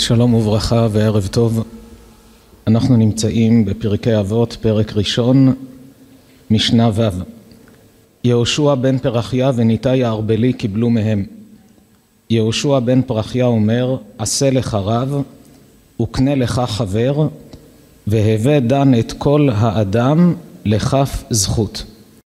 שלום וברכה וערב טוב. אנחנו נמצאים בפרקי אבות, פרק ראשון, משנה ו'. יהושע בן פרחיה וניתאי הארבלי קיבלו מהם. יהושע בן פרחיה אומר, עשה לך רב וקנה לך חבר, והווה דן את כל האדם לכף זכות.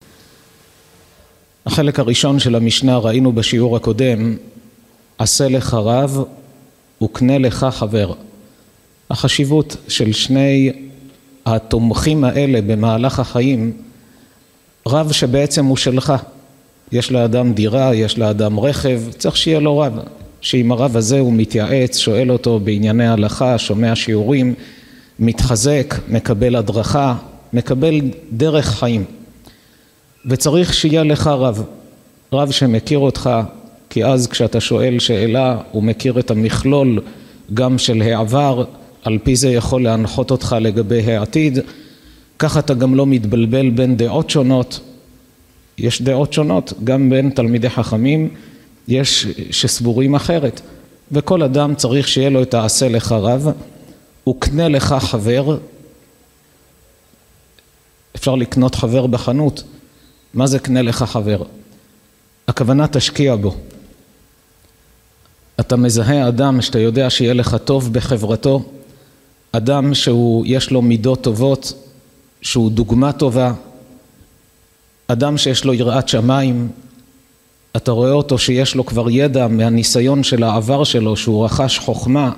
החלק הראשון של המשנה ראינו בשיעור הקודם, עשה לך רב וקנה לך חבר. החשיבות של שני התומכים האלה במהלך החיים, רב שבעצם הוא שלך. יש לאדם דירה, יש לאדם רכב, צריך שיהיה לו רב. שעם הרב הזה הוא מתייעץ, שואל אותו בענייני הלכה, שומע שיעורים, מתחזק, מקבל הדרכה, מקבל דרך חיים. וצריך שיהיה לך רב. רב שמכיר אותך, כי אז כשאתה שואל שאלה, הוא מכיר את המכלול גם של העבר, על פי זה יכול להנחות אותך לגבי העתיד. ככה אתה גם לא מתבלבל בין דעות שונות. יש דעות שונות, גם בין תלמידי חכמים, יש שסבורים אחרת. וכל אדם צריך שיהיה לו את העשה לך רב, וקנה לך חבר. אפשר לקנות חבר בחנות. מה זה קנה לך חבר? הכוונה תשקיע בו. אתה מזהה אדם שאתה יודע שיהיה לך טוב בחברתו, אדם שיש לו מידות טובות, שהוא דוגמה טובה, אדם שיש לו יראת שמיים, אתה רואה אותו שיש לו כבר ידע מהניסיון של העבר שלו, שהוא רכש חוכמה.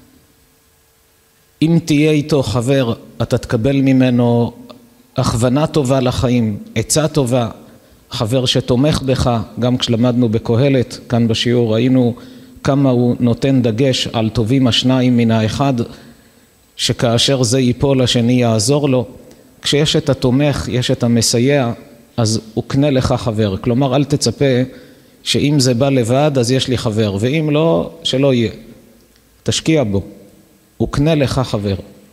אם תהיה איתו חבר, אתה תקבל ממנו הכוונה טובה לחיים, עצה טובה, חבר שתומך בך. גם כשלמדנו בקהלת, כאן בשיעור ראינו כמה הוא נותן דגש על טובים השניים מן האחד, שכאשר זה ייפול השני יעזור לו. כשיש את התומך, יש את המסייע, אז הוא קנה לך חבר. כלומר, אל תצפה שאם זה בא לבד, אז יש לי חבר, ואם לא, שלא יהיה. תשקיע בו. הוא קנה לך חבר.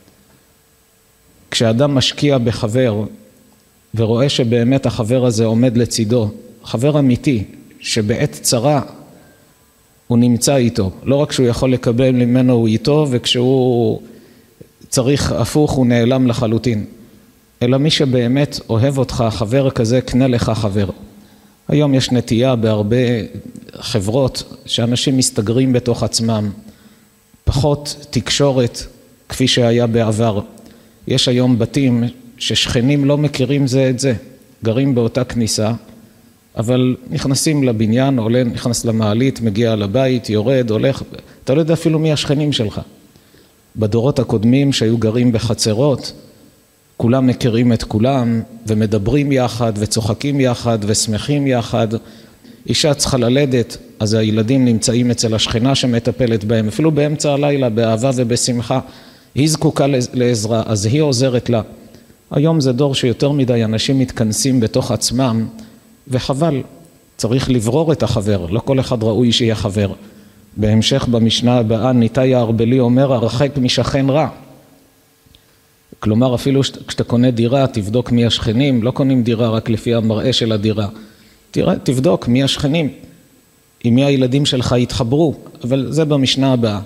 כשאדם משקיע בחבר, ורואה שבאמת החבר הזה עומד לצידו, חבר אמיתי, שבעת צרה הוא נמצא איתו. לא רק שהוא יכול לקבל ממנו הוא איתו, וכשהוא צריך הפוך הוא נעלם לחלוטין. אלא מי שבאמת אוהב אותך, חבר כזה, קנה לך חבר. היום יש נטייה בהרבה חברות שאנשים מסתגרים בתוך עצמם. פחות תקשורת כפי שהיה בעבר. יש היום בתים ששכנים לא מכירים זה את זה. גרים באותה כניסה, אבל נכנסים לבניין, עולה, נכנס למעלית, מגיע לבית, יורד, הולך. אתה לא יודע אפילו מי השכנים שלך. בדורות הקודמים שהיו גרים בחצרות, כולם מכירים את כולם, ומדברים יחד, וצוחקים יחד, ושמחים יחד. אישה צריכה ללדת, אז הילדים נמצאים אצל השכנה שמטפלת בהם, אפילו באמצע הלילה, באהבה ובשמחה. היא זקוקה לעזרה, אז היא עוזרת לה. היום זה דור שיותר מדי אנשים מתכנסים בתוך עצמם, וחבל, צריך לברור את החבר, לא כל אחד ראוי שיהיה חבר. בהמשך במשנה הבאה, ניתאי הארבלי אומר, הרחק משכן רע. כלומר, אפילו כשאתה קונה דירה, תבדוק מי השכנים, לא קונים דירה רק לפי המראה של הדירה. תבדוק מי השכנים, עם מי הילדים שלך יתחברו, אבל זה במשנה הבאה.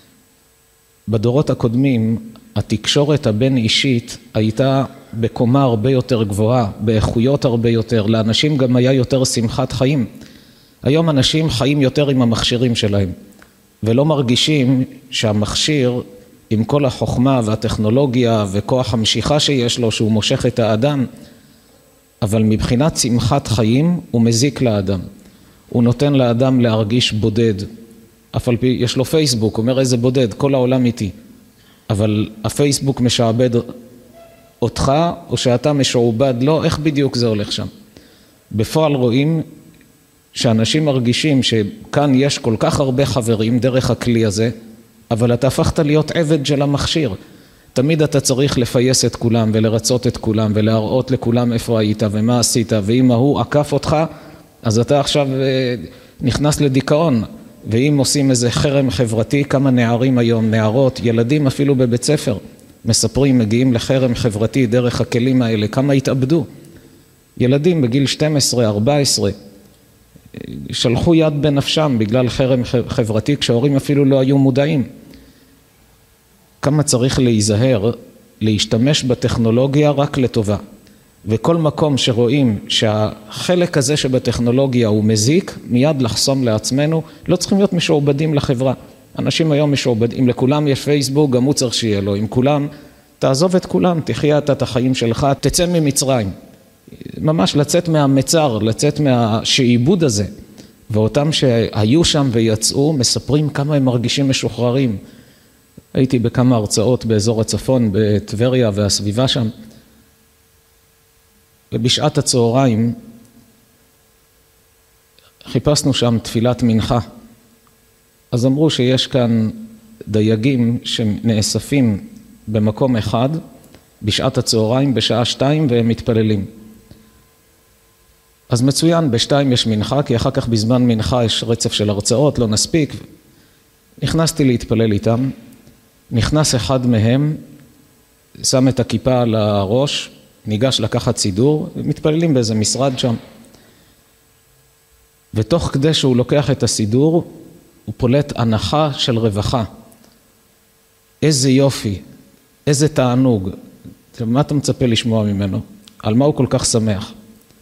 בדורות הקודמים, התקשורת הבין אישית הייתה בקומה הרבה יותר גבוהה, באיכויות הרבה יותר, לאנשים גם היה יותר שמחת חיים. היום אנשים חיים יותר עם המכשירים שלהם, ולא מרגישים שהמכשיר עם כל החוכמה והטכנולוגיה וכוח המשיכה שיש לו, שהוא מושך את האדם, אבל מבחינת שמחת חיים הוא מזיק לאדם. הוא נותן לאדם להרגיש בודד. אף על פי יש לו פייסבוק, אומר איזה בודד, כל העולם איתי. אבל הפייסבוק משעבד אותך, או שאתה משעובד לו, איך בדיוק זה הולך שם? בפועל רואים שאנשים מרגישים שכאן יש כל כך הרבה חברים דרך הכלי הזה, אבל אתה הפכת להיות עבד של המכשיר. תמיד אתה צריך לפייס את כולם ולרצות את כולם ולהראות לכולם איפה היית ומה עשית, ואם ההוא עקף אותך, אז אתה עכשיו נכנס לדיכאון. ואם עושים איזה חרם חברתי, כמה נערים היום, נערות, ילדים אפילו בבית ספר, מספרים, מגיעים לחרם חברתי דרך הכלים האלה, כמה התאבדו. ילדים בגיל 12, 14, שלחו יד בנפשם בגלל חרם חברתי, כשההורים אפילו לא היו מודעים. כמה צריך להיזהר, להשתמש בטכנולוגיה רק לטובה. וכל מקום שרואים שהחלק הזה שבטכנולוגיה הוא מזיק, מיד לחסום לעצמנו, לא צריכים להיות משועבדים לחברה. אנשים היום משועבדים, לכולם יש פייסבוק, גם הוא צריך שיהיה לו, עם כולם, תעזוב את כולם, תחיה את החיים שלך, תצא ממצרים. ממש לצאת מהמצר, לצאת מהשעיבוד הזה. ואותם שהיו שם ויצאו, מספרים כמה הם מרגישים משוחררים. הייתי בכמה הרצאות באזור הצפון, בטבריה והסביבה שם. ובשעת הצהריים חיפשנו שם תפילת מנחה. אז אמרו שיש כאן דייגים שנאספים במקום אחד, בשעת הצהריים, בשעה 2, והם מתפללים. אז מצוין, ב2 יש מנחה, כי אחר כך בזמן מנחה יש רצף של הרצאות, לא נספיק. נכנסתי להתפלל איתם, נכנס אחד מהם, שם את הכיפה על הראש, ניגש לקחת סידור, ומתפללים באיזה משרד שם. ותוך כדי שהוא לוקח את הסידור, הוא פולט הנחה של רווחה. איזה יופי, איזה תענוג. מה אתה מצפה לשמוע ממנו? על מה הוא כל כך שמח?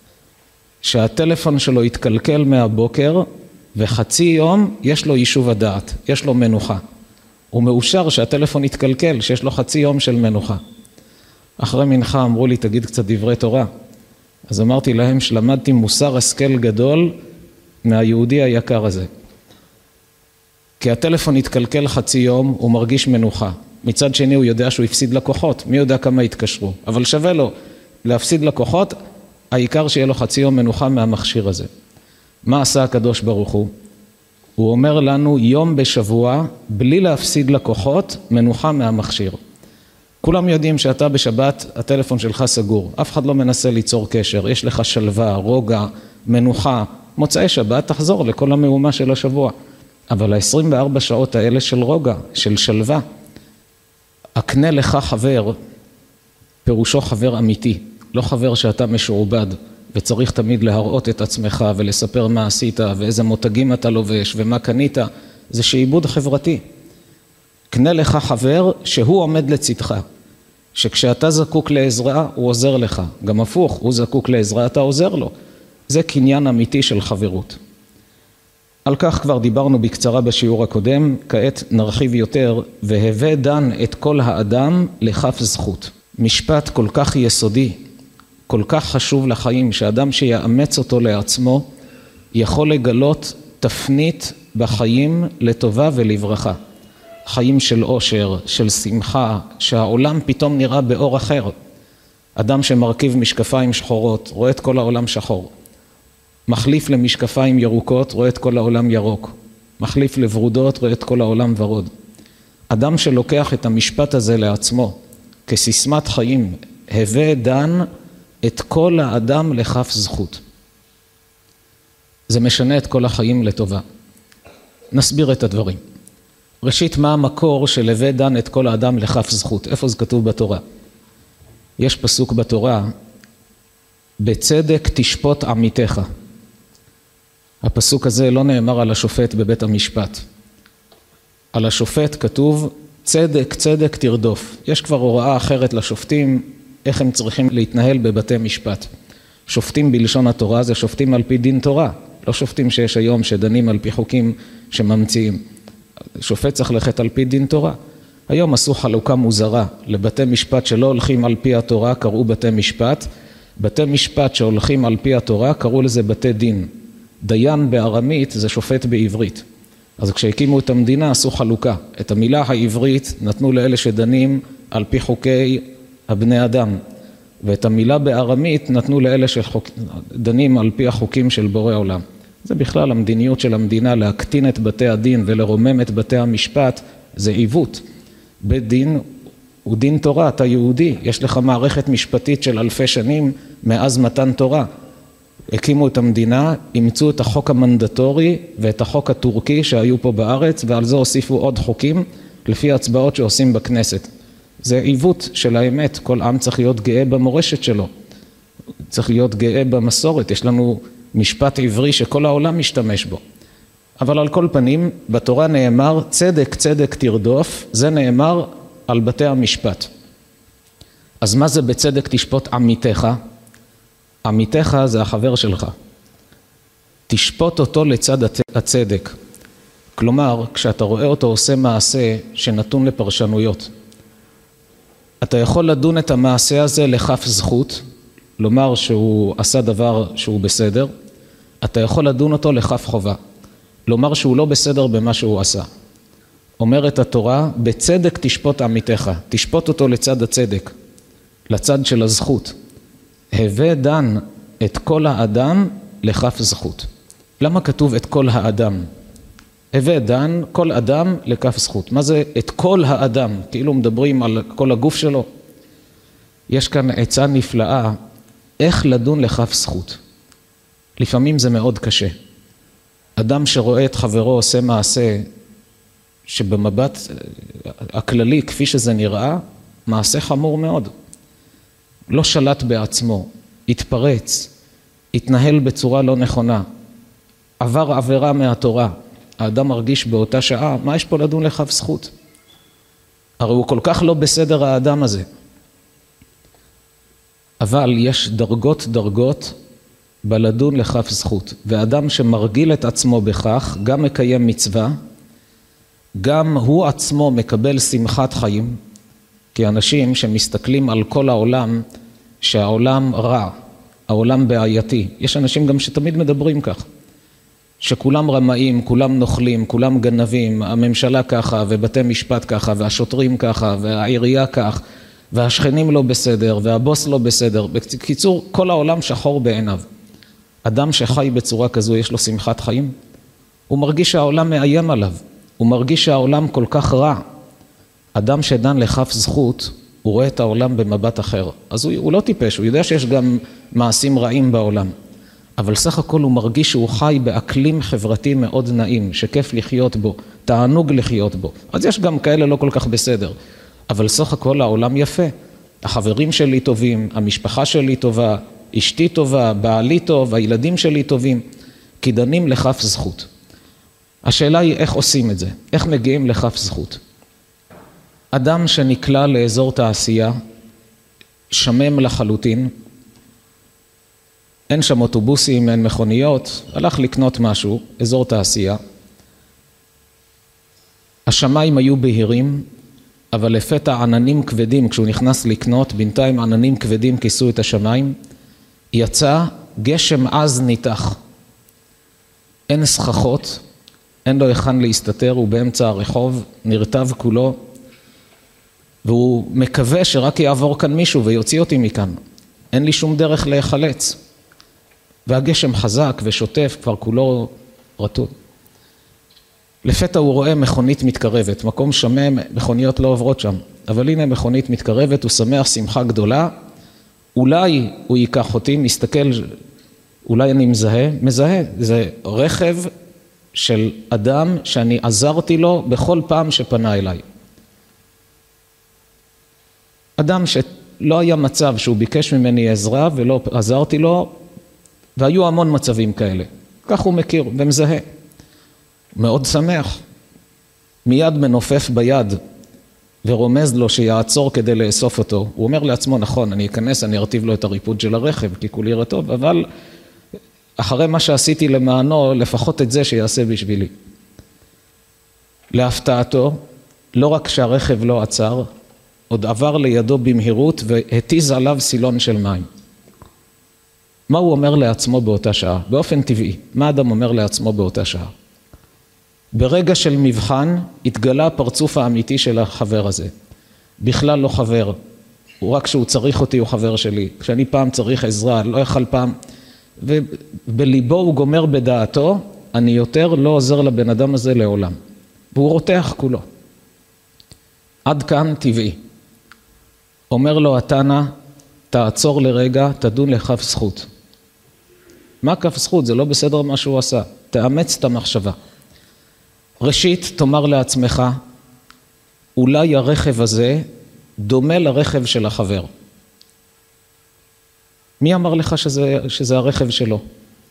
שהטלפון שלו יתקלקל מהבוקר, וחצי יום יש לו יישוב הדעת, יש לו מנוחה. הוא מאושר שהטלפון יתקלקל, שיש לו חצי יום של מנוחה. אחרי מנחה אמרו לי, תגיד קצת דברי תורה. אז אמרתי להם שלמדתי מוסר השכל גדול מהיהודי היקר הזה. כי הטלפון יתקלקל חצי יום, הוא מרגיש מנוחה. מצד שני הוא יודע שהוא הפסיד לקוחות, מי יודע כמה יתקשרו. אבל שווה לו להפסיד לקוחות, העיקר שיהיה לו חצי יום מנוחה מהמכשיר הזה. מה עשה הקדוש ברוך הוא? הוא אומר לנו יום בשבוע, בלי להפסיד לקוחות, מנוחה מהמכשיר. כולם יודעים שאתה בשבת, הטלפון שלך סגור. אף אחד לא מנסה ליצור קשר. יש לך שלווה, רוגע, מנוחה. מוצאי שבת תחזור לכל המהומה של השבוע. אבל ה-24 שעות האלה של רוגע, של שלווה. הקנה לך חבר, פירושו חבר אמיתי. לא חבר שאתה משועבד, וצריך תמיד להראות את עצמך ולספר מה עשית, ואיזה מותגים אתה לובש, ומה קנית. זה שעיבוד חברתי. קנה לך חבר שהוא עומד לצדך, שכשאתה זקוק לעזרה הוא עוזר לך, גם הפוך, הוא זקוק לעזרה אתה עוזר לו. זה קניין אמיתי של חברות. על כך כבר דיברנו בקצרה בשיעור הקודם, כעת נרחיב יותר, והווה דן את כל האדם לכף זכות. משפט כל כך יסודי, כל כך חשוב לחיים, שאדם שיאמץ אותו לעצמו, יכול לגלות תפנית בחיים לטובה ולברכה. חיים של אושר, של שמחה, שהעולם פתאום נראה באור אחר. אדם שמרכיב משקפיים שחורות, רואה את כל העולם שחור. מחליף למשקפיים ירוקות, רואה את כל העולם ירוק. מחליף לברודות, רואה את כל העולם ורוד. אדם שלוקח את המשפט הזה לעצמו, כסיסמת חיים, הווה דן את כל האדם לכף זכות. זה משנה את כל החיים לטובה. נסביר את הדברים. ראשית, מה המקור של הווה דן את כל האדם לכף זכות? איפה זה כתוב בתורה? יש פסוק בתורה, בצדק תשפוט עמיתך. הפסוק הזה לא נאמר על השופט בבית המשפט. על השופט כתוב, צדק צדק תרדוף. יש כבר הוראה אחרת לשופטים, איך הם צריכים להתנהל בבתי משפט. שופטים בלשון התורה זה שופטים על פי דין תורה, לא שופטים שיש היום שדנים על פי חוקים שממציאים. שופט צריך ללכת על פי דין תורה. היום עשו חלוקה מוזרה, לבתי משפט שלא הולכים על פי התורה קראו בתי משפט, בתי משפט שהולכים על פי התורה קראו לזה בתי דין. דיין בארמית זה שופט בעברית. אז כשהקימו את המדינה עשו חלוקה. את המילה העברית נתנו לאלה שדנים על פי חוקי הבני אדם, ואת המילה בארמית נתנו לאלה שדנים על פי החוקים של בורא עולם. זה בכלל המדיניות של המדינה להקטין את בתי הדין ולרומם את בתי המשפט, זה עיוות. בית דין הוא דין תורה, אתה יהודי, יש לך מערכת משפטית של אלפי שנים מאז מתן תורה. הקימו את המדינה, אימצו את החוק המנדטורי ואת החוק הטורקי שהיו פה בארץ, ועל זה הוסיפו עוד חוקים לפי הצבעות שעושים בכנסת. זה עיוות של האמת, כל עם צריך להיות גאה במורשת שלו, צריך להיות גאה במסורת, יש לנו משפט עברי שכל העולם משתמש בו. אבל על כל פנים, בתורה נאמר צדק צדק תרדוף, זה נאמר על בתי המשפט. אז מה זה בצדק תשפוט עמיתך? עמיתך זה החבר שלך. תשפוט אותו לצד הצדק. כלומר, כשאתה רואה אותו עושה מעשה שנתון לפרשנויות, אתה יכול לדון את המעשה הזה לכף זכות, לומר שהוא עשה דבר שהוא בסדר, אתה יכול לדון אותו לכף חובה, לומר שהוא לא בסדר במה שהוא עשה. אומרת התורה, בצדק תשפוט עמיתך, תשפוט אותו לצד הצדק, לצד של הזכות. הווה דן את כל האדם לכף זכות. למה כתוב את כל האדם? הווה דן כל אדם לכף זכות. מה זה את כל האדם? כאילו מדברים על כל הגוף שלו. יש כאן עצה נפלאה, איך לדון לכף זכות. לפעמים זה מאוד קשה. אדם שרואה את חברו עושה מעשה שבמבט הכללי כפי שזה נראה, מעשה חמור מאוד. לא שלט בעצמו, התפרץ, התנהל בצורה לא נכונה, עבר עבירה מהתורה. האדם מרגיש באותה שעה, מה יש פה לדון לכף זכות? הרי הוא כל כך לא בסדר האדם הזה. אבל יש דרגות בלדון לכף זכות. ואדם שמרגיל את עצמו בכך, גם מקיים מצווה, גם הוא עצמו מקבל שמחת חיים, כי אנשים שמסתכלים על כל העולם, שהעולם רע, העולם בעייתי. יש אנשים גם שתמיד מדברים כך, שכולם רמאים, כולם נוכלים, כולם גנבים, הממשלה ככה ובתי משפט ככה והשוטרים ככה והעירייה כך והשכנים לא בסדר והבוס לא בסדר. בקיצור, כל העולם שחור בעיניו. אדם שחי בצורה כזו יש לו שמחת חיים? הוא מרגיש שהעולם מאיים עליו, הוא מרגיש שהעולם כל כך רע. אדם שדן לכף זכות, הוא רואה את העולם במבט אחר. אז הוא לא טיפש, הוא יודע שיש גם מעשים רעים בעולם. אבל סך הכל הוא מרגיש שהוא חי באקלים חברתי מאוד נעים, שכיף לחיות בו, תענוג לחיות בו. אז יש גם כאלה לא כל כך בסדר. אבל סך הכל העולם יפה. החברים שלי טובים, המשפחה שלי טובה, אשתי טובה, בעלי טוב, הילדים שלי טובים. כי דנים לכף זכות. השאלה היא איך עושים את זה, איך מגיעים לכף זכות. אדם שנקלע לאזור תעשייה, שמם לחלוטין, אין שם אוטובוסים, אין מכוניות, הלך לקנות משהו, אזור תעשייה. השמיים היו בהירים, אבל לפתע עננים כבדים, כשהוא נכנס לקנות, בינתיים עננים כבדים כיסו את השמיים, יצא גשם עז ניתח. אין סככות, אין לו היכן להסתתר, הוא באמצע הרחוב, נרטב כולו, והוא מקווה שרק יעבור כאן מישהו ויוציא אותי מכאן. אין לי שום דרך להיחלץ. והגשם חזק ושוטף, כבר כולו רטוב. לפתע הוא רואה מכונית מתקרבת, מקום שמם, מכוניות לא עוברות שם. אבל הנה מכונית מתקרבת, הוא שמח שמחה גדולה. אולי הוא ייקח אותי, מסתכל, אולי אני מזהה. זה רכב של אדם שאני עזרתי לו בכל פעם שפנה אליי. אדם שלא היה מצב שהוא ביקש ממני עזרה ולא עזרתי לו, והיו המון מצבים כאלה. כך הוא מכיר ומזהה. מאוד שמח. מיד מנופף ביד ורומז לו שיעצור כדי לאסוף אותו. הוא אומר לעצמו, נכון, אני אכנס, אני ארטיב לו את הריפוד של הרכב, כי כולי רטוב, אבל אחרי מה שעשיתי למענו, לפחות את זה שיעשה בשבילי. להפתעתו, לא רק שהרכב לא עצר, עוד עבר לידו במהירות והתיז עליו סילון של מים. מה הוא אומר לעצמו באותה שעה? באופן טבעי, מה אדם אומר לעצמו באותה שעה? ברגע של מבחן התגלה הפרצוף האמיתי של החבר הזה. בכלל לא חבר, הוא רק כשהוא צריך אותי הוא חבר שלי. כשאני פעם צריך עזרה, לא יכל פעם, ובליבו הוא גומר בדעתו, אני יותר לא עוזר לבן אדם הזה לעולם. והוא רותח כולו. עד כאן טבעי. אומר לו התנא, תעצור לרגע, תדון לכף זכות. מה כף זכות? זה לא בסדר מה שהוא עשה. תאמץ את המחשבה. ראשית, תאמר לעצמך, אולי הרכב הזה דומה לרכב של החבר. מי אמר לך שזה הרכב שלו?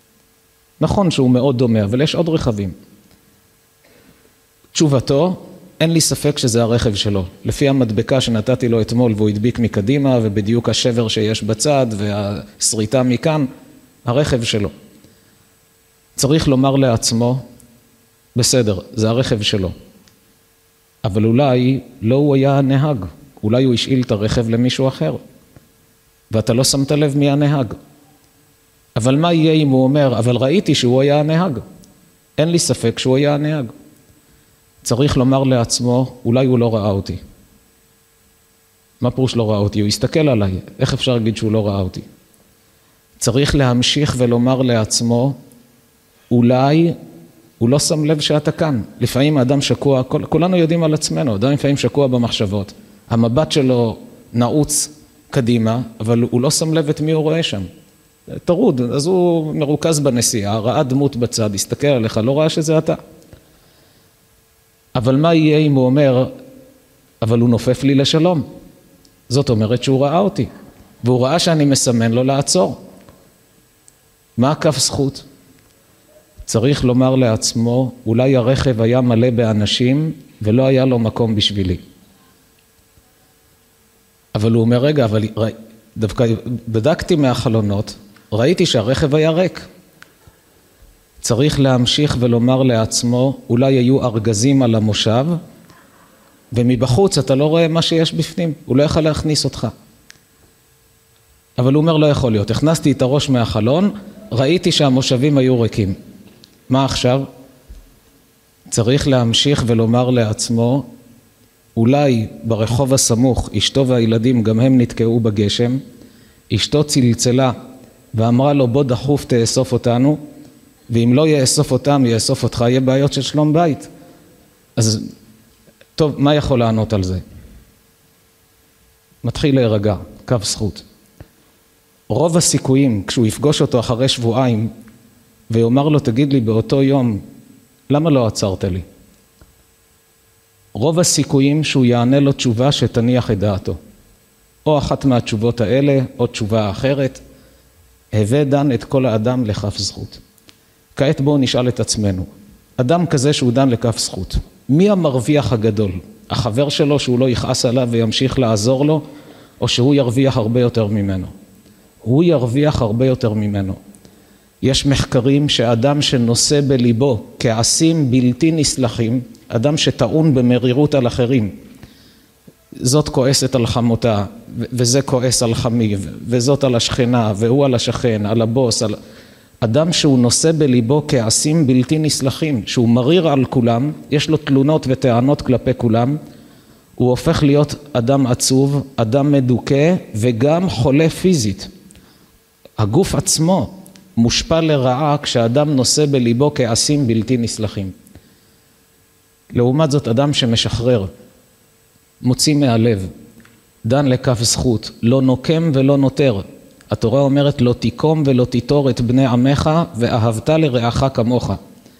נכון שהוא מאוד דומה, אבל יש עוד רכבים. תשובתו, אין לי ספק שזה הרכב שלו. לפי המדבקה שנתתי לו אתמול והוא הדביק מקדימה ובדיוק השבר שיש בצד והשריטה מכאן, הרכב שלו. צריך לומר לעצמו, בסדר, זה הרכב שלו. אבל אולי לא הוא היה הנהג, אולי הוא השאיל את הרכב למישהו אחר. ואתה לא שמת לב מי הנהג. אבל מה יהיה אם הוא אומר, אבל ראיתי שהוא היה הנהג. אין לי ספק שהוא היה הנהג. צריך לומר לעצמו, אולי הוא לא ראה אותי. מה פירוש לא ראה אותי? הוא הסתכל עליי. איך אפשר להגיד שהוא לא ראה אותי? צריך להמשיך ולומר לעצמו, אולי הוא לא שם לב שאתה כאן. לפעמים האדם שקוע, כולנו יודעים על עצמנו, אדם לפעמים שקוע במחשבות. המבט שלו נעוץ קדימה, אבל הוא לא שם לב את מי הוא רואה שם. טרוד, אז הוא מרוכז בנסיעה, ראה דמות בצד, הסתכל עליך, לא ראה שזה אתה. אבל מה יהיה אם הוא אומר, אבל הוא נופף לי לשלום? זאת אומרת שהוא ראה אותי, והוא ראה שאני מסמן לו לעצור. מה כף זכות? צריך לומר לעצמו, אולי הרכב היה מלא באנשים ולא היה לו מקום בשבילי. אבל הוא אומר, רגע, אבל דווקא בדקתי מהחלונות, ראיתי שהרכב היה ריק. צריך להמשיך ולומר לעצמו, אולי היו ארגזים על המושב, ומבחוץ אתה לא רואה מה שיש בפנים, הוא לא יכול להכניס אותך. אבל הוא אומר, לא יכול להיות, הכנסתי את הראש מהחלון, ראיתי שהמושבים היו ריקים. מה עכשיו? צריך להמשיך ולומר לעצמו, אולי ברחוב הסמוך, אשתו והילדים גם הם נתקעו בגשם, אשתו צלצלה ואמרה לו בוא דחוף תאסוף אותנו, ואם לא יאסוף אותם יאסוף אותך, יהיה בעיות של שלום בית. אז טוב, מה יכול לענות על זה? מתחיל להירגע, קו זכות. רוב הסיכויים כשהוא יפגוש אותו אחרי שבועיים ויאמר לו תגיד לי באותו יום למה לא עצרת לי? רוב הסיכויים שהוא יענה לו תשובה שתניח את דעתו. או אחת מהתשובות האלה, או תשובה אחרת, הווה דן את כל האדם לכף זכות. כעת בואו נשאל את עצמנו, אדם כזה שהוא דן לכף זכות, מי המרוויח הגדול? החבר שלו שהוא לא יכעס עליו וימשיך לעזור לו, או שהוא ירוויח הרבה יותר ממנו? הוא ירוויח הרבה יותר ממנו. יש מחקרים שאדם שנושא בליבו כעסים בלתי נסלחים, אדם שטעון במרירות על אחרים, זאת כועסת על חמותה, וזה כועס על חמיו, וזאת על השכנה, והוא על השכן, על הבוס, על... אדם שהוא נושא בליבו כעסים בלתי נסלחים, שהוא מריר על כולם, יש לו תלונות וטענות כלפי כולם, הוא הופך להיות אדם עצוב, אדם מדוכא, וגם חולה פיזית. הגוף עצמו מושפע לרעה כשאדם נושא בליבו כעסים בלתי נסלחים. לעומת זאת, אדם שמשחרר, מוציא מהלב, דן לכף זכות, לא נוקם ולא נותר. התורה אומרת, לא תיקום ולא תיטור את בני עמך, ואהבת לרעך כמוך.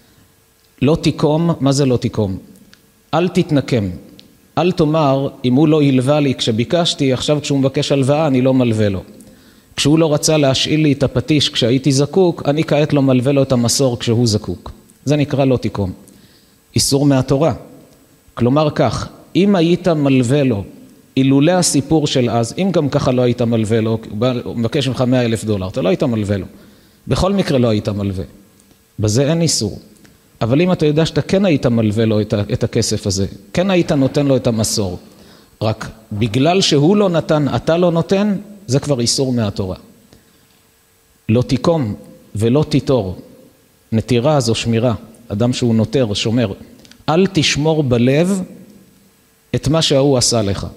לא תיקום, מה זה לא תיקום? אל תתנקם. אל תאמר, אם הוא לא ילווה לי כשביקשתי, עכשיו כשהוא מבקש הלוואה, אני לא מלווה לו. כשהוא לא רצה להשאיל לי את הפטיש כשהייתי זקוק, אני כעת לא מלווה לו את המסור כשהוא זקוק. זה נקרא לא תיקום. איסור מהתורה. כלומר כך, אם היית מלווה לו, אילולא הסיפור של אז, אם גם ככה לא היית מלווה לו, הוא מבקש ממך $100,000, אתה לא היית מלווה לו. בכל מקרה לא היית מלווה. בזה אין איסור. אבל אם אתה יודע שאתה כן היית מלווה לו את הכסף הזה, כן היית נותן לו את המסור, רק בגלל שהוא לא נתן, אתה לא נותן, זה כבר איסור מהתורה. לא תיקום ולא תיטור. נטירה זו שמירה. אדם שהוא נותר, שומר. אל תשמור בלב את מה שהוא עשה לך.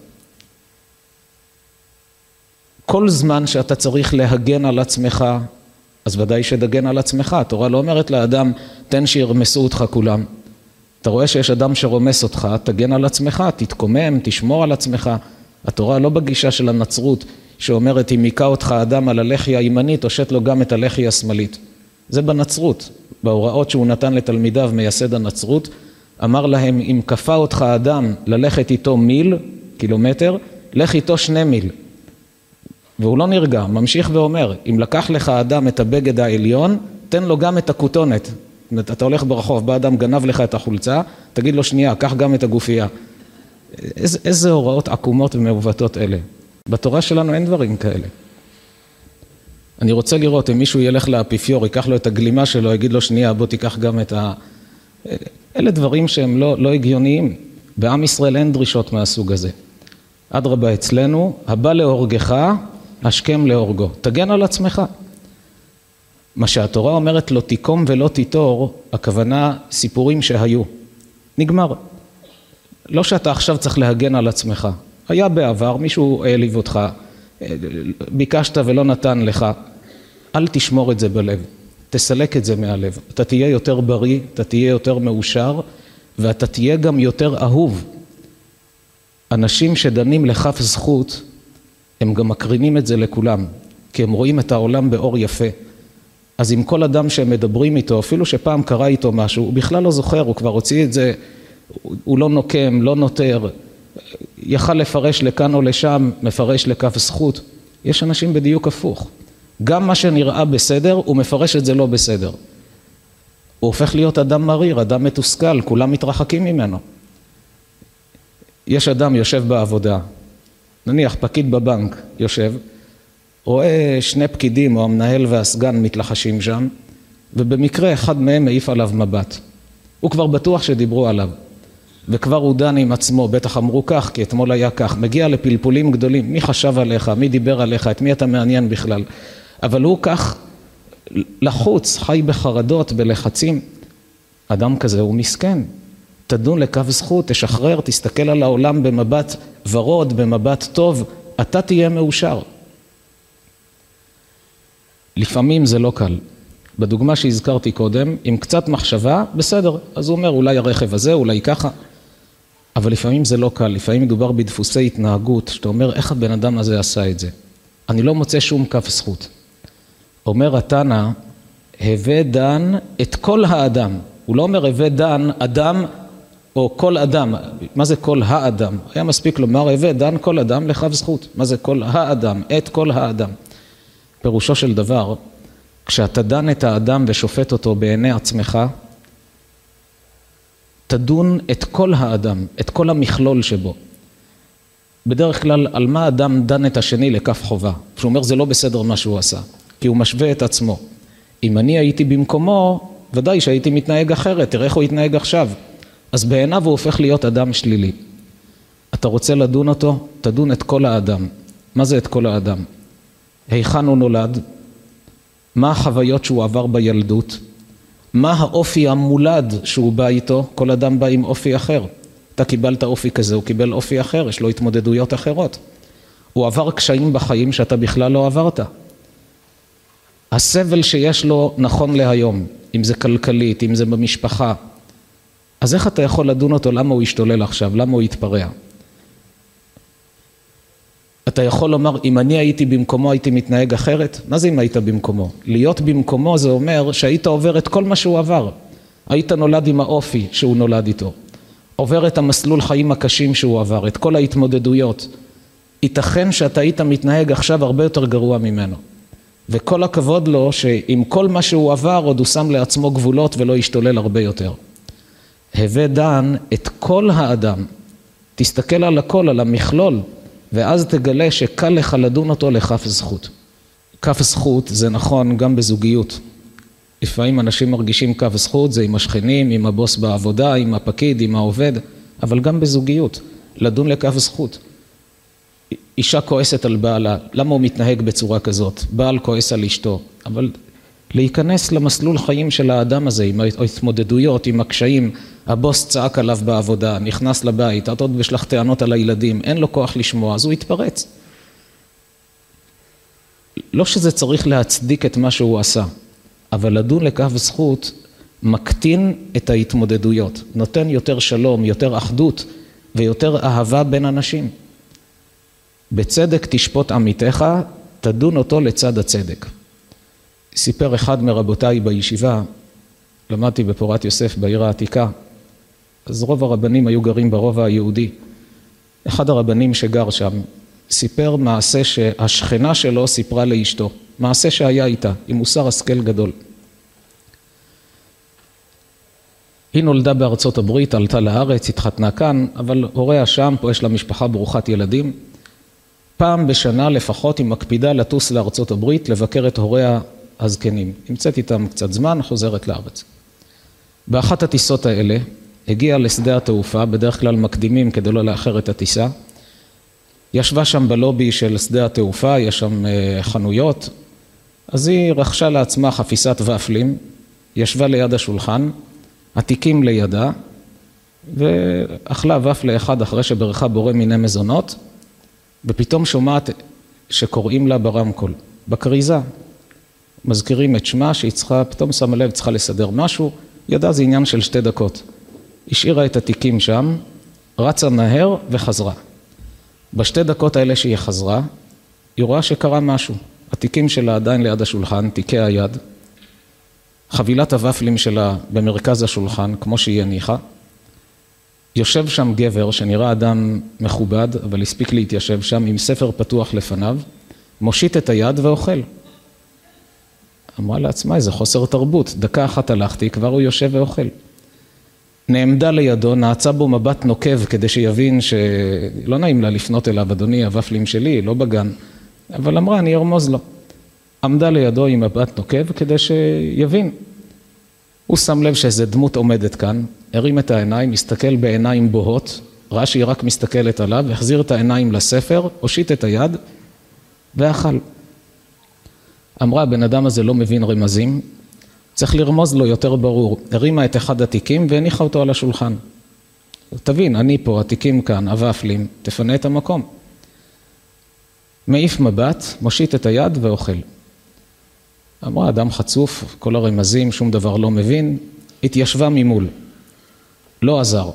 כל זמן שאתה צריך להגן על עצמך, אז ודאי שתגן על עצמך. התורה לא אומרת לאדם, תן שירמסו אותך כולם. אתה רואה שיש אדם שרומס אותך, תגן על עצמך, תתקומם, תשמור על עצמך. התורה לא בגישה של הנצרות, שאומרת, אם היכה אותך אדם על הלחי הימנית, הושט לו גם את הלחי השמאלית. זה בנצרות. בהוראות שהוא נתן לתלמידיו מייסד הנצרות, אמר להם, אם כפה אותך אדם ללכת איתו מיל, קילומטר, לך איתו 2 מיל. והוא לא נרגע, ממשיך ואומר, אם לקח לך אדם את הבגד העליון, תן לו גם את הכותונת. אתה הולך ברחוב, בא אדם גנב לך את החולצה, תגיד לו שנייה, קח גם את הגופייה. איזה הוראות עקומות ומעוותות אלה. בתורה שלנו אין דברים כאלה. אני רוצה לראות אם מישהו ילך לאפיפיור, ייקח לו את הגלימה שלו, יגיד לו שנייה, בוא תיקח גם את ה... אלה דברים שהם לא הגיוניים. בעם ישראל אין דרישות מהסוג הזה. אדרבה אצלנו, הבא להורגך, השכם להורגו. תגן על עצמך. מה שהתורה אומרת לא תיקום ולא תיטור, הכוונה סיפורים שהיו. נגמר. לא שאתה עכשיו צריך להגן על עצמך. היה בעבר, מישהו העליב אותך, ביקשת ולא נתן לך. אל תשמור את זה בלב. תסלק את זה מהלב. אתה תהיה יותר בריא, אתה תהיה יותר מאושר, ואתה תהיה גם יותר אהוב. אנשים שדנים לכף זכות, הם גם מקרינים את זה לכולם, כי הם רואים את העולם באור יפה. אז עם כל אדם שהם מדברים איתו, אפילו שפעם קרה איתו משהו, הוא בכלל לא זוכר, הוא כבר הוציא את זה, הוא לא נוקם, לא נותר, יכל לפרש לכאן או לשם, מפרש לכף זכות. יש אנשים בדיוק הפוך. גם מה שנראה בסדר, הוא מפרש את זה לא בסדר. הוא הופך להיות אדם מריר, אדם מתוסכל, כולם מתרחקים ממנו. יש אדם יושב בעבודה, נניח פקיד בבנק יושב, רואה שני פקידים או המנהל והסגן מתלחשים שם, ובמקרה אחד מהם מעיף עליו מבט. הוא כבר בטוח שדיברו עליו, וכבר הוא דן עם עצמו, בטח אמרו כך, כי אתמול היה כך, מגיע לפלפולים גדולים, מי חשב עליך, מי דיבר עליך, את מי אתה מעניין בכלל. אבל הוא כך לחוץ, חי בחרדות, בלחצים. אדם כזה הוא מסכן. תדון לכף זכות, תשחרר, תסתכל על העולם במבט ורוד, במבט טוב, אתה תהיה מאושר. לפעמים זה לא קל. בדוגמה שהזכרתי קודם, עם קצת מחשבה, בסדר, אז הוא אומר אולי הרכב הזה, אולי ככה. אבל לפעמים זה לא קל, לפעמים מדובר בדפוסי התנהגות, שאתה אומר איך הבן אדם הזה עשה את זה. אני לא מוצא שום כף זכות. אומר התנא, הווה דן את כל האדם. הוא לא אומר הווה דן אדם או כל אדם. מה זה כל האדם? היה מספיק לומר הווה דן כל אדם לכף זכות. מה זה כל האדם? את כל האדם. פירושו של דבר, כשאתה דן את האדם ושופט אותו בעיני עצמך, תדון את כל האדם, את כל המכלול שבו. בדרך כלל, על מה האדם דן את השני לכף חובה? שהוא אומר, זה לא בסדר מה שהוא עשה, כי הוא משווה את עצמו. אם אני הייתי במקומו, ודאי שהייתי מתנהג אחרת, תראה איך הוא יתנהג עכשיו. אז בעיניו הוא הופך להיות אדם שלילי. אתה רוצה לדון אותו? תדון את כל האדם. מה זה את כל האדם? היכן הוא נולד? מה החוויות שהוא עבר בילדות? מה האופי המולד שהוא בא איתו? כל אדם בא עם אופי אחר. אתה קיבלת אופי כזה, הוא קיבל אופי אחר, יש לו התמודדויות אחרות. הוא עבר קשיים בחיים שאתה בכלל לא עברת. הסבל שיש לו נכון להיום, אם זה כלכלית, אם זה במשפחה, אז איך אתה יכול לדון אותו? למה הוא ישתולל עכשיו? למה הוא יתפרע? אתה יכול לומר, אם אני הייתי במקומו, הייתי מתנהג אחרת? מה זה אם היית במקומו? להיות במקומו זה אומר שהיית עובר את כל מה שהוא עבר. היית נולד עם האופי שהוא נולד איתו. עובר את המסלול חיים הקשים שהוא עבר, את כל ההתמודדויות. ייתכן שאתה היית מתנהג עכשיו הרבה יותר גרוע ממנו. וכל הכבוד לו שעם כל מה שהוא עבר, עוד הוא שם לעצמו גבולות ולא ישתולל הרבה יותר. הווה דן את כל האדם. תסתכל על הכל, על המכלול. ואז תגלה שקל לך לדון אותו לכף זכות. כף זכות זה נכון גם בזוגיות. לפעמים אנשים מרגישים כף זכות, זה עם השכנים, עם הבוס בעבודה, עם הפקיד, עם העובד, אבל גם בזוגיות, לדון לכף זכות. אישה כועסת על בעלה, למה הוא מתנהג בצורה כזאת? בעל כועס על אשתו, אבל להיכנס למסלול חיים של האדם הזה, עם ההתמודדויות, עם הקשיים, הבוס צעק עליו בעבודה, נכנס לבית, את עוד בשלח טענות על הילדים, אין לו כוח לשמוע, אז הוא יתפרץ. לא שזה צריך להצדיק את מה שהוא עשה, אבל לדון לכף זכות מקטין את ההתמודדויות, נותן יותר שלום, יותר אחדות ויותר אהבה בין אנשים. בצדק תשפוט עמיתך, תדון אותו לצד הצדק. סיפר אחד מרבותיי בישיבה, למדתי בפורת יוסף בעיר העתיקה, אז רוב הרבנים היו גרים ברובע היהודי. אחד הרבנים שגר שם סיפר מעשה שהשכנה שלו סיפרה לאשתו, מעשה שהיה איתה, עם מוסר השכל גדול. היא נולדה בארצות הברית, עלתה לארץ, התחתנה כאן, אבל הוריה שם, פה יש לה משפחה ברוכת ילדים. פעם בשנה לפחות היא מקפידה לטוס לארצות הברית, לבקר את הוריה הזקנים. נמצאת איתם קצת זמן, חוזרת לארץ. באחת הטיסות האלה, הגיעה לשדה התעופה, בדרך כלל מקדימים כדי לא לאחר את הטיסה. ישבה שם בלובי של שדה התעופה, יש שם חנויות, אז היא רכשה לעצמה חפיסת ופלים, ישבה ליד השולחן, עתיקים לידה, ואכלה ופלה אחד אחרי שברכה בורא מיני מזונות, ופתאום שומעת שקוראים לה ברמקול, בקריזה. מזכירים את שמה שהיא צריכה, פתאום שמה לב, צריכה לסדר משהו, ידעה זה עניין של 2 דקות. השאירה את התיקים שם, רצה מהר וחזרה. ב2 דקות האלה שהיא חזרה, היא רואה שקרה משהו. התיקים שלה עדיין ליד השולחן, תיקי היד, חבילת הוופלים שלה במרכז השולחן, כמו שהיא הניחה. יושב שם גבר שנראה אדם מכובד, אבל הספיק להתיישב שם עם ספר פתוח לפניו, מושיט את היד ואוכל. אמרה לעצמה, איזה חוסר תרבות, 1 דקה הלכתי, כבר הוא יושב ואוכל. נעמדה לידו, נעצה בו מבט נוקב כדי שיבין שלא נעים לה לפנות אליו, אדוני, הוופלים שלי, לא בגן, אבל אמרה, אני ארמוז לו. עמדה לידו עם מבט נוקב כדי שיבין. הוא שם לב שאיזו דמות עומדת כאן, הרים את העיניים, מסתכל בעיניים בוהות, ראה שהיא רק מסתכלת עליו, החזיר את העיניים לספר, הושיט את היד ואכל. אמרה, הבן אדם הזה לא מבין רמזים, צריך לרמוז לו יותר ברור. הרימה את אחד התיקים והניחה אותו על השולחן. תבין, אני פה, התיקים כאן, הוופלים, תפנה את המקום. מעיף מבט, מושיט את היד ואוכל. אמרה, אדם חצוף, כל הרמזים, שום דבר לא מבין, התיישבה ממול. לא עזר.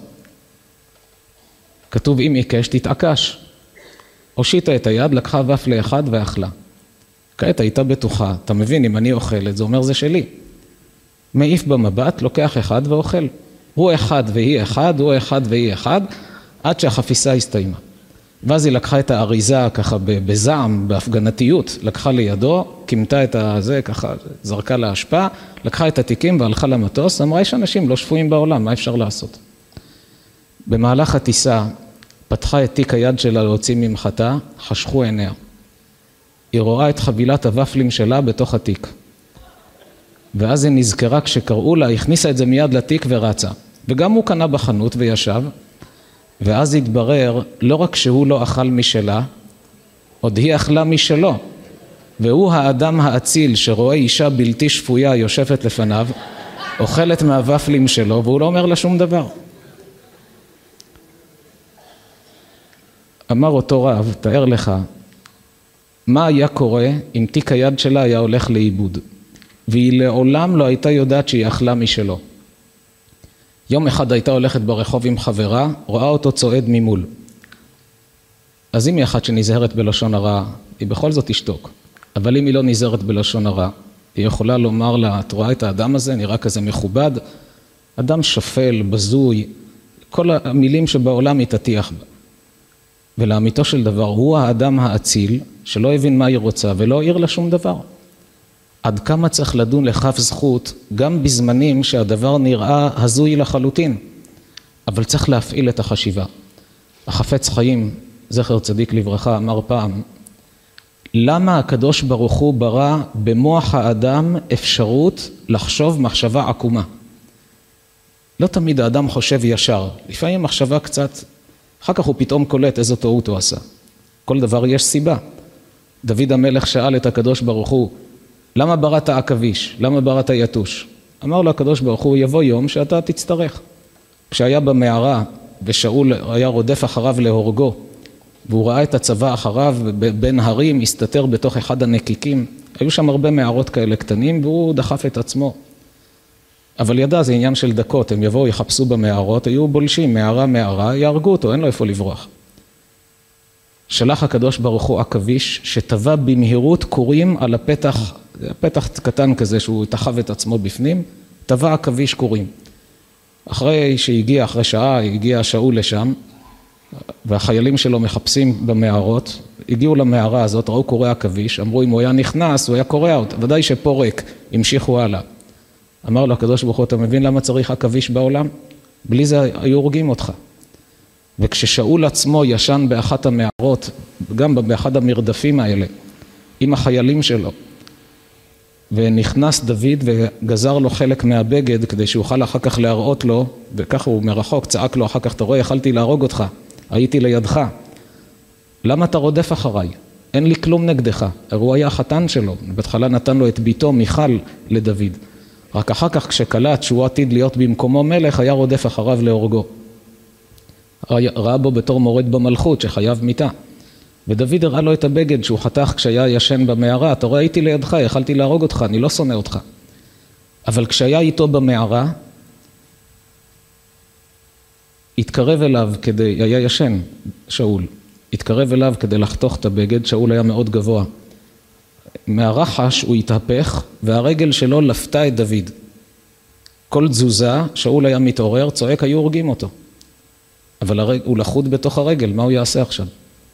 כתוב, אם עיקש, תתעקש. הושיטה את היד, לקחה ופלה אחד ואכלה. כעת הייתה בטוחה, אתה מבין, אם אני אוכלת, זה אומר זה שלי. מעיף במבט, לוקח אחד ואוכל. הוא אחד והיא אחד, הוא אחד והיא אחד, עד שהחפיסה הסתיימה. ואז היא לקחה את האריזה ככה בזעם, בהפגנתיות, לקחה לידו, קימתה את הזה, ככה זרקה להשפעה, לקחה את התיקים והלכה למטוס, אמרה, יש אנשים לא שפויים בעולם, מה אפשר לעשות? במהלך הטיסה, פתחה את תיק היד שלה להוציא ממחתה, חשכו עיניה. היא רואה את חבילת הוופלים שלה בתוך התיק. ואז היא נזכרה כשקראו לה, הכניסה את זה מיד לתיק ורצה. וגם הוא קנה בחנות וישב, ואז התברר לא רק שהוא לא אכל משלה, עוד היא אכלה משלו. והוא האדם האציל שרואה אישה בלתי שפויה יושבת לפניו, אוכלת מהוופלים שלו, והוא לא אומר לה שום דבר. אמר אותו רב, תאר לך, מה היה קורה אם תיק היד שלה היה הולך לאיבוד, והיא לעולם לא הייתה יודעת שהיא אכלה משלו. יום אחד הייתה הולכת ברחוב עם חברה, רואה אותו צועד ממול. אז אם היא אחת שנזהרת בלשון הרע, היא בכל זאת תשתוק. אבל אם היא לא נזהרת בלשון הרע, היא יכולה לומר לה, את רואה את האדם הזה, נראה כזה מכובד, אדם שפל, בזוי, כל המילים שבעולם היא תטיח בה. ולאמיתו של דבר, הוא האדם האציל, שלא הבין מה היא רוצה ולא העיר לה שום דבר. עד כמה צריך לדון לכף זכות, גם בזמנים שהדבר נראה הזוי לחלוטין, אבל צריך להפעיל את החשיבה. החפץ חיים, זכר צדיק לברכה, אמר פעם, למה הקדוש ברוך הוא ברא במוח האדם אפשרות לחשוב מחשבה עקומה? לא תמיד האדם חושב ישר, לפעמים מחשבה קצת, אחר כך הוא פתאום קולט איזו טעות הוא עשה. כל דבר יש סיבה. דוד המלך שאל את הקדוש ברוך הוא, למה בראת עכביש? למה בראת יתוש? אמר לו הקדוש ברוך הוא, יבוא יום שאתה תצטרך. כשהיה במערה ושאול היה רודף אחריו להורגו, והוא ראה את הצבא אחריו בין הרים, הסתתר בתוך אחד הנקיקים, היו שם הרבה מערות כאלה קטנים, והוא דחף את עצמו. אבל ידע, זה עניין של דקות, הם יבואו, יחפשו במערות, היו בולשים, מערה, יהרגו אותו, אין לו איפה לברוח. שלח הקדוש ברוך הוא עכביש, שטבע במהירות קורים על הפתח, פתח קטן כזה שהוא תחב את עצמו בפנים, טבע עכביש קורים. אחרי שהגיע, אחרי שעה, הגיע שאול לשם, והחיילים שלו מחפשים במערות, הגיעו למערה הזאת, ראו קורא עכביש, אמרו אם הוא היה נכנס, הוא היה קורע אותה, ודאי שפה ריק, המשיכו הלאה. אמר לו הקדוש ברוך הוא, אתה מבין למה צריך עכביש בעולם? בלי זה היו הורגים אותך. וכששאול עצמו ישן באחת המערות, גם באחד המרדפים האלה, עם החיילים שלו, ונכנס דוד וגזר לו חלק מהבגד כדי שיוכל אחר כך להראות לו, וככה הוא מרחוק צעק לו אחר כך, אתה רואה, יכלתי להרוג אותך, הייתי לידך. למה אתה רודף אחריי? אין לי כלום נגדך. הוא היה החתן שלו, בהתחלה נתן לו את ביתו מיכל לדוד. רק אחר כך כשקלט שהוא עתיד להיות במקומו מלך, היה רודף אחריו להורגו. ראה בו בתור מורד במלכות שחייב מיתה. ודוד הראה לו את הבגד שהוא חתך כשהיה ישן במערה, אתה רואה, הייתי לידך, יכלתי להרוג אותך, אני לא שונא אותך. אבל כשהיה איתו במערה, התקרב אליו כדי, היה ישן, שאול, התקרב אליו כדי לחתוך את הבגד, שאול היה מאוד גבוה. מהרחש הוא התהפך, והרגל שלו לפתה את דוד. כל תזוזה, שאול היה מתעורר, צועק, היו הורגים אותו. אבל הוא לחוד בתוך הרגל, מה הוא יעשה עכשיו?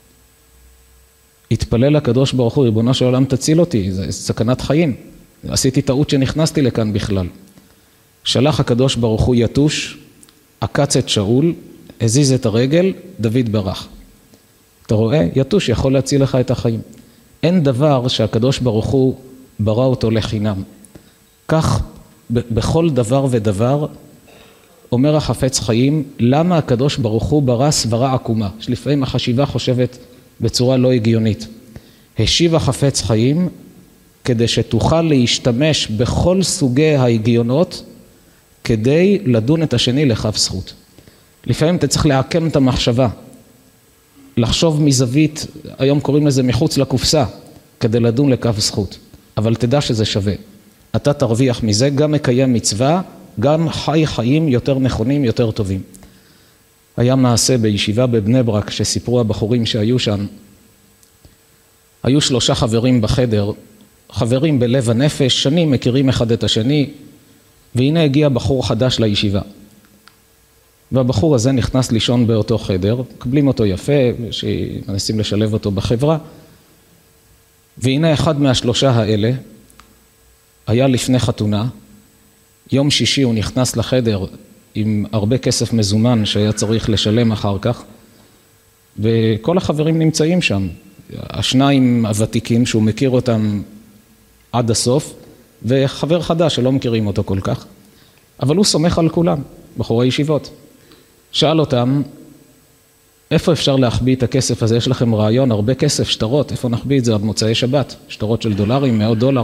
התפלל לקדוש ברוך הוא, ריבונו של עולם תציל אותי, זה סכנת חיים. עשיתי טעות שנכנסתי לכאן בכלל. שלח הקדוש ברוך הוא יתוש, עקץ את שאול, הזיז את הרגל, דוד ברח. אתה רואה? יתוש יכול להציל לך את החיים. אין דבר שהקדוש ברוך הוא ברא אותו לחינם. כך בכל דבר ודבר אומר החפץ חיים, למה הקדוש ברוך הוא ברא סברה עקומה? שלפעמים החשיבה חושבת בצורה לא הגיונית. השיב החפץ חיים כדי שתוכל להשתמש בכל סוגי ההגיונות כדי לדון את השני לכף זכות. לפעמים אתה צריך לעקם את המחשבה, לחשוב מזווית, היום קוראים לזה מחוץ לקופסה, כדי לדון לכף זכות. אבל תדע שזה שווה. אתה תרוויח מזה, גם מקיים מצווה, גם חי חיים יותר נכונים, יותר טובים. היה מעשה בישיבה בבני ברק שסיפרו הבחורים שהיו שם. היו 3 חברים בחדר, חברים בלב הנפש, שנים מכירים אחד את השני, והנה הגיע בחור חדש לישיבה. והבחור הזה נכנס לישון באותו חדר, קבלים אותו יפה, שמנסים לשלב אותו בחברה, והנה אחד מה3 האלה, היה לפני חתונה, יום שישי הוא נכנס לחדר עם הרבה כסף מזומן שהיה צריך לשלם אחר כך, וכל החברים נמצאים שם, השניים הוותיקים שהוא מכיר אותם עד הסוף, וחבר חדש שלא מכירים אותו כל כך, אבל הוא סומך על כולם, בחורי ישיבות. שאל אותם, איפה אפשר להחביא את הכסף הזה? יש לכם רעיון, הרבה כסף, שטרות, איפה נחביא את זה עד מוצאי שבת? שטרות של דולרים, $100.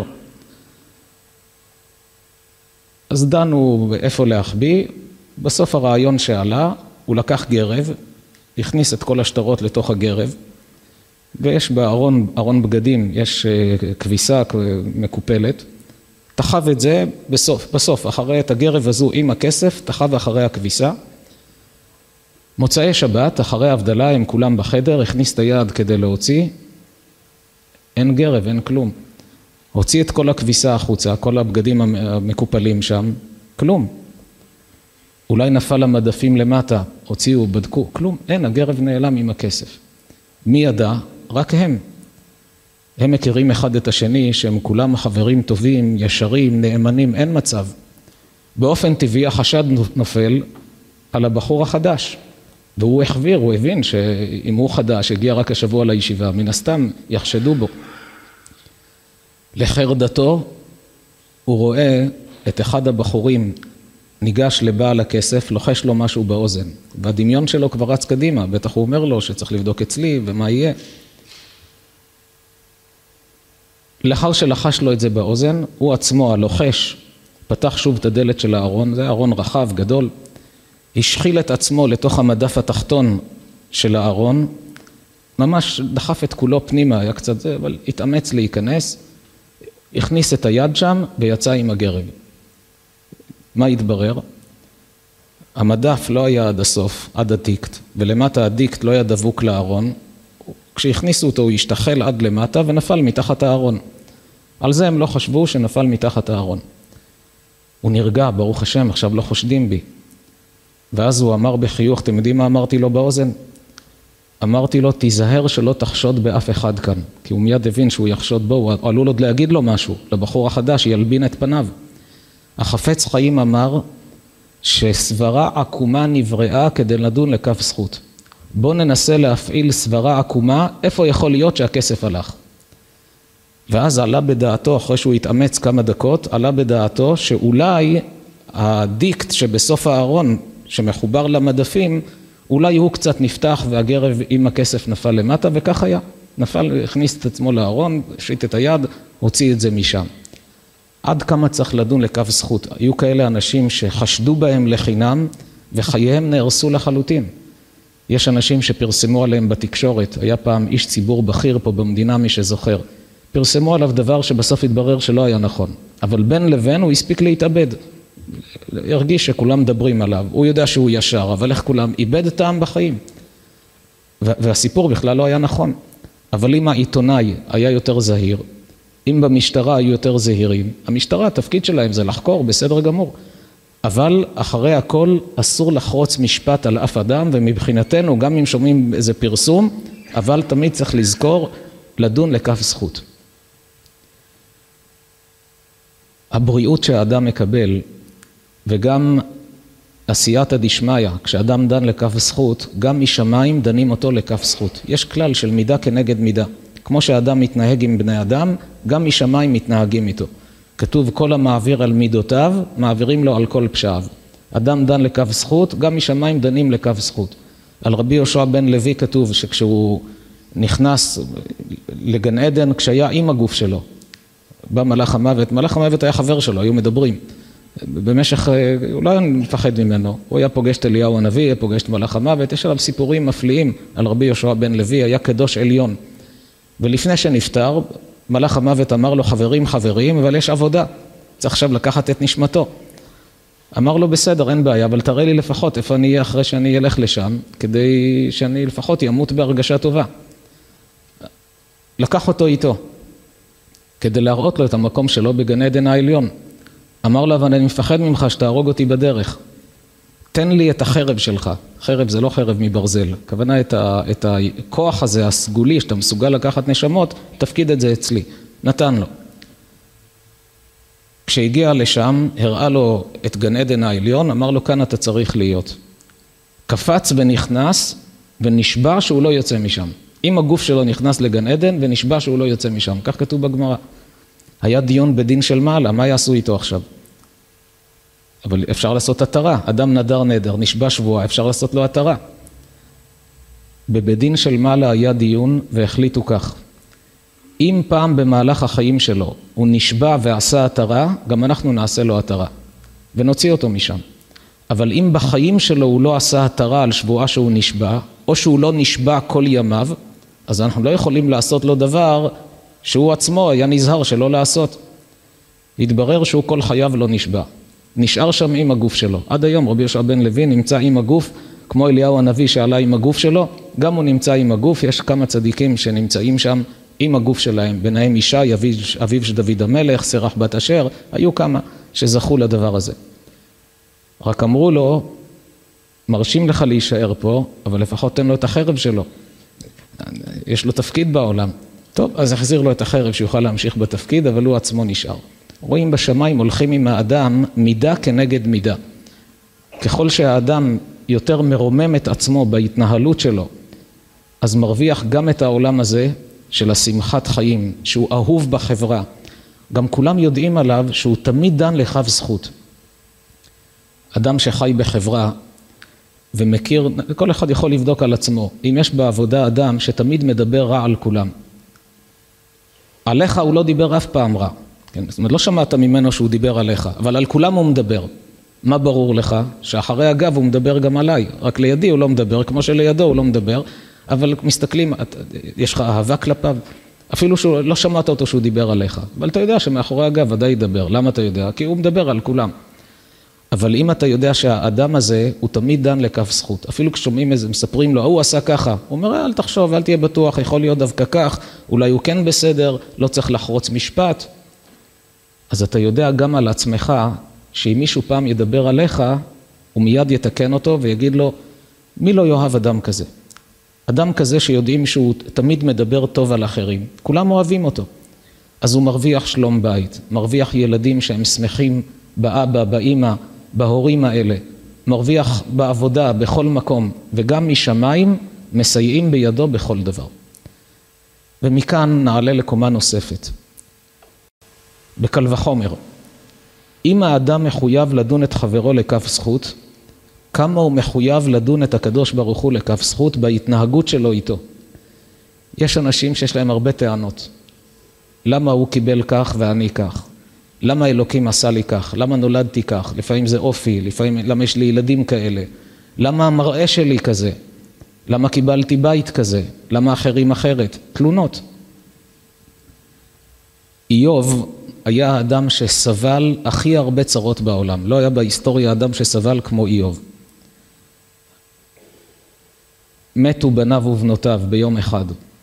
אז דנו איפה להחביא, בסוף הרעיון שעלה, הוא לקח גרב, הכניס את כל השטרות לתוך הגרב, ויש בארון בגדים, יש כביסה מקופלת, תחב את זה בסוף, אחרי את הגרב הזו עם הכסף, תחב אחרי הכביסה, מוצאי שבת, אחרי ההבדלה, הם כולם בחדר, הכניס את היד כדי להוציא, אין גרב, אין כלום. הוציא את כל הכביסה החוצה, כל הבגדים המקופלים שם, כלום. אולי נפל המדפים למטה, הוציאו, בדקו, כלום, אין, הגרב נעלם עם הכסף. מי ידע? רק הם. הם מכירים אחד את השני, שהם כולם חברים טובים, ישרים, נאמנים, אין מצב. באופן טבעי החשד נופל על הבחור החדש. והוא החביר, הוא הבין שאם הוא חדש, הגיע רק השבוע לישיבה, מן הסתם יחשדו בו. לחרדתו, הוא רואה את אחד הבחורים ניגש לבעל הכסף, לוחש לו משהו באוזן. והדמיון שלו כבר רץ קדימה, בטח הוא אומר לו שצריך לבדוק אצלי ומה יהיה. לאחר שלחש לו את זה באוזן, הוא עצמו הלוחש, פתח שוב את הדלת של הארון, זה ארון רחב, גדול, השחיל את עצמו לתוך המדף התחתון של הארון, ממש דחף את כולו פנימה, היה קצת זה, אבל התאמץ להיכנס, הכניס את היד שם ויצא עם הגרב. מה התברר? המדף לא היה עד הסוף, עד הדיקט, ולמטה הדיקט לא היה דבוק לארון, כשהכניסו אותו הוא השתחל עד למטה ונפל מתחת הארון. על זה הם לא חשבו שנפל מתחת הארון. הוא נרגע, ברוך השם, עכשיו לא חושדים בי. ואז הוא אמר בחיוך, אתם יודעים מה אמרתי לו באוזן? אמרתי לו, תיזהר שלא תחשוד באף אחד כאן, כי הוא מיד הבין שהוא יחשוד בו, הוא עלול עוד להגיד לו משהו, לבחור החדש, ילבין את פניו. החפץ חיים אמר שסברה עקומה נבראה כדי לדון לכף זכות. בוא ננסה להפעיל סברה עקומה, איפה יכול להיות שהכסף הלך? ואז עלה בדעתו, אחרי שהוא התאמץ כמה דקות, עלה בדעתו שאולי הדיקט שבסוף הארון שמחובר למדפים, אולי הוא קצת נפתח והגרב עם הכסף נפל למטה, וכך היה. נפל, הכניס את עצמו לארון, שיט את היד, הוציא את זה משם. עד כמה צריך לדון לכף זכות? היו כאלה אנשים שחשדו בהם לחינם, וחייהם נהרסו לחלוטין. יש אנשים שפרסמו עליהם בתקשורת, היה פעם איש ציבור בכיר פה במדינה, מי שזוכר. פרסמו עליו דבר שבסוף התברר שלא היה נכון. אבל בין לבין הוא הספיק להתאבד. הרגיש שכולם מדברים עליו, הוא יודע שהוא ישר, אבל איך כולם איבד טעם בחיים. והסיפור בכלל לא היה נכון. אבל אם העיתונאי היה יותר זהיר, אם במשטרה היו יותר זהירים, המשטרה, התפקיד שלהם זה לחקור, בסדר גמור. אבל אחרי הכל אסור לחרוץ משפט על אף אדם, ומבחינתנו גם אם שומעים איזה פרסום, אבל תמיד צריך לזכור לדון לכף זכות. הבריאות שהאדם מקבל, וגם עשייתא דשמיא, כשאדם דן לכף זכות, גם משמיים דנים אותו לכף זכות. יש כלל של מידה כנגד מידה. כמו שהאדם מתנהג עם בני אדם, גם משמיים מתנהגים איתו. כתוב כל המעביר על מידותיו, מעבירים לו על כל פשעיו. אדם דן לכף זכות, גם משמיים דנים לכף זכות. על רבי יהושע בן לוי כתוב שכשהוא נכנס לגן עדן, כשהיה עם הגוף שלו, בא מלאך המוות, מלאך המוות היה חבר שלו, היו מדברים. במשך, הוא לא היה מפחד ממנו, הוא היה פוגש את אליהו הנביא, היה פוגש את מלאך המוות, יש עליו סיפורים מפליאים על רבי יהושע בן לוי, היה קדוש עליון. ולפני שנפטר, מלאך המוות אמר לו, חברים, אבל יש עבודה, צריך עכשיו לקחת את נשמתו. אמר לו, בסדר, אין בעיה, אבל תראה לי לפחות איפה אני אהיה אחרי שאני אלך לשם, כדי שאני לפחות ימות בהרגשה טובה. לקח אותו איתו, כדי להראות לו את המקום שלו בגן עדן העליון. אמר לו, אבל אני מפחד ממך שתהרוג אותי בדרך. תן לי את החרב שלך. חרב זה לא חרב מברזל. הכוונה את הכוח הזה, הסגולי, שאתה מסוגל לקחת נשמות, תפקיד את זה אצלי. נתן לו. כשהגיע לשם, הראה לו את גן עדן העליון, אמר לו, כאן אתה צריך להיות. קפץ ונכנס, ונשבע שהוא לא יוצא משם. אם הגוף שלו נכנס לגן עדן, ונשבע שהוא לא יוצא משם. כך כתוב בגמרא. היה דיון בדין של מעלה, מה יעשו איתו עכשיו? אבל אפשר לעשות התרה, אדם נדר נדר, נשבע שבועה, אפשר לעשות לו התרה. בבדין של מעלה היה דיון והחליטו כך. אם פעם במהלך החיים שלו הוא נשבע ועשה התרה, גם אנחנו נעשה לו התרה. ונוציא אותו משם. אבל אם בחיים שלו הוא לא עשה התרה על שבועה שהוא נשבע, או שהוא לא נשבע כל ימיו, אז אנחנו לא יכולים לעשות לו דבר שהוא עצמו היה נזהר שלא לעשות. התברר שהוא כל חייו לא נשבע. נשאר שם עם הגוף שלו. עד היום רבי יהושע בן לוי נמצא עם הגוף, כמו אליהו הנביא שעלה עם הגוף שלו, גם הוא נמצא עם הגוף. יש כמה צדיקים שנמצאים שם עם הגוף שלהם, ביניהם ישי, אביו של דוד המלך, סרח בת אשר, היו כמה שזכו לדבר הזה. רק אמרו לו, מרשים לך להישאר פה, אבל לפחות תן לו את החרב שלו. יש לו תפקיד בעולם. טוב, אז החזיר לו את החרב שיוכל להמשיך בתפקיד, אבל הוא עצמו נשאר. רואים בשמיים הולכים עם האדם מידה כנגד מידה. ככל שהאדם יותר מרומם את עצמו בהתנהלות שלו, אז מרוויח גם את העולם הזה של השמחת חיים, שהוא אהוב בחברה. גם כולם יודעים עליו שהוא תמיד דן לכף זכות. אדם שחי בחברה ומכיר, כל אחד יכול לבדוק על עצמו, אם יש בעבודה אדם שתמיד מדבר רע על כולם. עליך הוא לא דיבר אף פעם רע. כן? זאת אומרת, לא שמעת ממנו שהוא דיבר עליך, אבל על כולם הוא מדבר. מה ברור לך? שאחרי הגב הוא מדבר גם עליי. רק לידי הוא לא מדבר, כמו שלידו הוא לא מדבר, אבל מסתכלים, יש לך אהבה כלפיו. אפילו שלא שמעת אותו שהוא דיבר עליך. אבל אתה יודע שמאחורי הגב ודאי ידבר. למה אתה יודע? כי הוא מדבר על כולם. אבל אם אתה יודע שהאדם הזה הוא תמיד דן לכף זכות, אפילו כששומעים איזה, מספרים לו, הוא עשה ככה, הוא אומר, אל תחשוב, אל תהיה בטוח, יכול להיות דווקא כך, אולי הוא כן בסדר, לא צריך לחרוץ משפט. אז אתה יודע גם על עצמך, שאם מישהו פעם ידבר עליך, הוא מיד יתקן אותו ויגיד לו, מי לא יאהב אדם כזה? אדם כזה שיודעים שהוא תמיד מדבר טוב על אחרים, כולם אוהבים אותו. אז הוא מרוויח שלום בית, מרוויח ילדים שהם שמחים באבא, באמא, בהורים האלה, מרוויח בעבודה, בכל מקום, וגם משמיים מסייעים בידו בכל דבר. ומכאן נעלה לקומה נוספת. בקל וחומר, אם האדם מחויב לדון את חברו לכף זכות, כמה הוא מחויב לדון את הקדוש ברוך הוא לכף זכות בהתנהגות שלו איתו. יש אנשים שיש להם הרבה טענות. למה הוא קיבל כך ואני כך? למה אלוקים עשה לי כך? למה נולדתי כך? לפעמים זה אופי, לפעמים למה יש לי ילדים כאלה? למה המראה שלי כזה? למה קיבלתי בית כזה? למה אחרים אחרת? תלונות. איוב היה האדם שסבל הכי הרבה צרות בעולם. לא היה בהיסטוריה אדם שסבל כמו איוב. מתו בניו ובנותיו ביום אחד.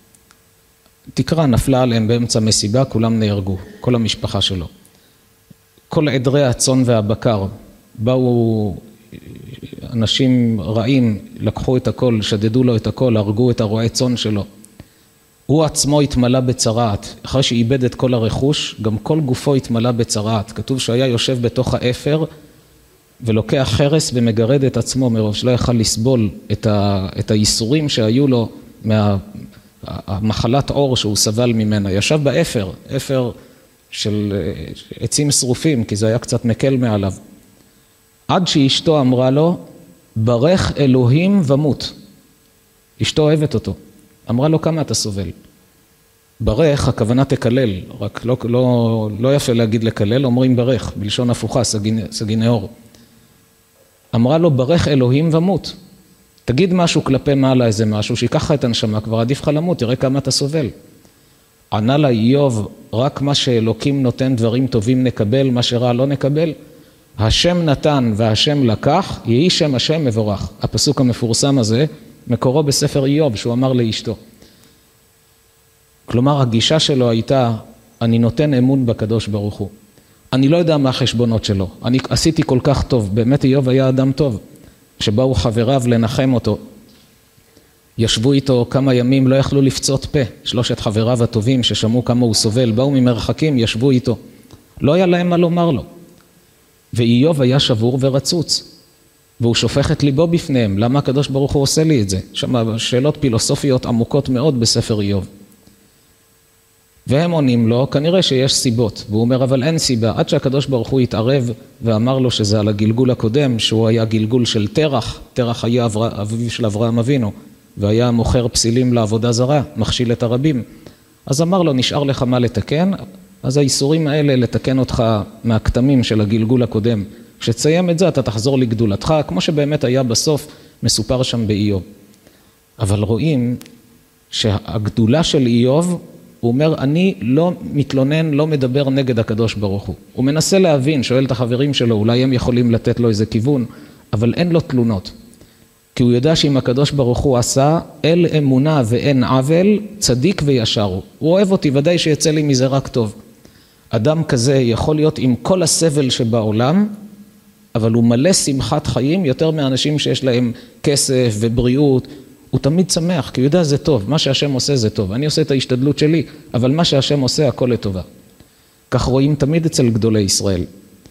תקרא, נפלה עליהם באמצע מסיבה, כולם נהרגו, כל המשפחה שלו. כל עדרי הצאן והבקר, באו אנשים רעים, לקחו את הכל, שדדו לו את הכל, הרגו את הרועי צאן שלו. הוא עצמו התמלא בצרעת, אחרי שאיבד את כל הרכוש, גם כל גופו התמלא בצרעת. כתוב שהיה יושב בתוך האפר, ולוקח חרס ומגרד את עצמו מרוב שלא יכל לסבול את הייסורים שהיו לו מהמחלת אור שהוא סבל ממנה. ישב באפר, אפר של עצים שרופים, כי זה היה קצת מקל מעליו. עד שאשתו אמרה לו, ברך אלוהים ומות. אשתו אוהבת אותו. אמרה לו, כמה אתה סובל? ברך, הכוונה תקלל, רק לא יפה להגיד לקלל, אומרים ברך, בלשון הפוכה, סגי נאור. אמרה לו, ברך אלוהים ומות. תגיד משהו כלפי מעלה, איזה משהו, שיקח את הנשמה, כבר עדיף לך למות, תראה כמה אתה סובל. ענה לה איוב, רק מה שאלוקים נותן דברים טובים נקבל, מה שרע לא נקבל. השם נתן והשם לקח, יהי שם השם מבורך. הפסוק המפורסם הזה, מקורו בספר איוב, שהוא אמר לאשתו. כלומר, הגישה שלו הייתה, אני נותן אמון בקדוש ברוך הוא. אני לא יודע מה החשבונות שלו. אני עשיתי כל כך טוב. באמת איוב היה אדם טוב. שבאו חבריו לנחם אותו. ישבו איתו כמה ימים, לא יכלו לפצות פה. 3 חבריו הטובים ששמעו כמה הוא סובל, באו ממרחקים, ישבו איתו. לא היה להם מה לומר לו. ואיוב היה שבור ורצוץ. והוא שופך את ליבו בפניהם. למה הקדוש ברוך הוא עושה לי את זה? שם שאלות פילוסופיות עמוקות מאוד בספר איוב. והם עונים לו, כנראה שיש סיבות. והוא אומר, אבל אין סיבה. עד שהקדוש ברוך הוא התערב ואמר לו שזה על הגלגול הקודם, שהוא היה גלגול של תרח. תרח היה אביו של אברהם אבינו, והיה מוכר פסילים לעבודה זרה, מכשיל את הרבים. אז אמר לו, נשאר לך מה לתקן? אז האיסורים האלה לתקן אותך מהכתמים של הגלגול הקודם. כשתסיים את זה, אתה תחזור לגדולתך, כמו שבאמת היה בסוף מסופר שם באיוב. אבל רואים שהגדולה של איוב, הוא אומר, אני לא מתלונן, לא מדבר נגד הקדוש ברוך הוא. הוא מנסה להבין, שואל את החברים שלו, אולי הם יכולים לתת לו איזה כיוון, אבל אין לו תלונות. כי הוא יודע שאם הקדוש ברוך הוא עשה, אל אמונה ואין עוול, צדיק וישר הוא. הוא אוהב אותי, ודאי שיצא לי מזה רק טוב. אדם כזה יכול להיות עם כל הסבל שבעולם, אבל הוא מלא שמחת חיים יותר מאנשים שיש להם כסף ובריאות. הוא תמיד שמח, כי הוא יודע זה טוב, מה שהשם עושה זה טוב. אני עושה את ההשתדלות שלי, אבל מה שהשם עושה הכל לטובה. כך רואים תמיד אצל גדולי ישראל.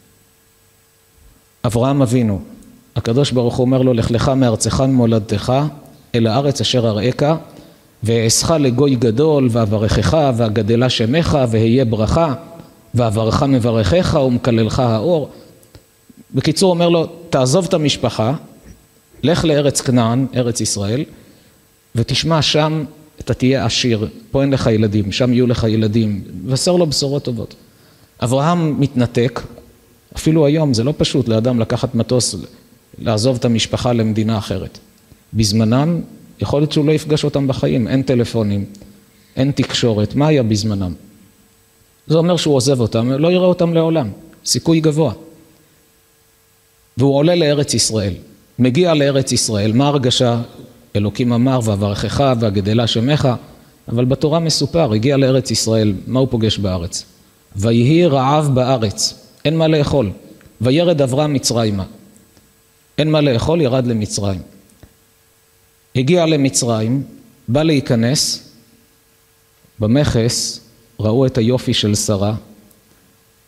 אברהם אבינו, הקדוש ברוך הוא אומר לו, לך לך מארצך ממולדתך, אל הארץ אשר אראך, ואעשך לגוי גדול, ואברכך, ואגדלה שמך, והיה ברכה, ואברך מברכך, ומקללך האור. בקיצור אומר לו, תעזוב את המשפחה, לך לארץ כנען, ארץ ישראל, ותשמע שם, אתה תהיה עשיר, פה אין לך ילדים, שם יהיו לך ילדים, ועשר לו בשורות טובות. אברהם מתנתק, אפילו היום זה לא פשוט לאדם לקחת מטוס, לעזוב את המשפחה למדינה אחרת. בזמנם, יכול להיות שהוא לא יפגש אותם בחיים, אין טלפונים, אין תקשורת, מה היה בזמנם? זה אומר שהוא עוזב אותם, לא יראה אותם לעולם, סיכוי גבוה. והוא עולה לארץ ישראל, מגיע לארץ ישראל, מה הרגשה? אלוקים אמר, ואברכך ואגדלה שמך, אבל בתורה מסופר, הגיע לארץ ישראל, מה הוא פוגש בארץ? ויהי רעב בארץ, אין מה לאכול, וירד אברהם מצרימה, אין מה לאכול, ירד למצרים. הגיע למצרים, בא להיכנס, במכס ראו את היופי של שרה,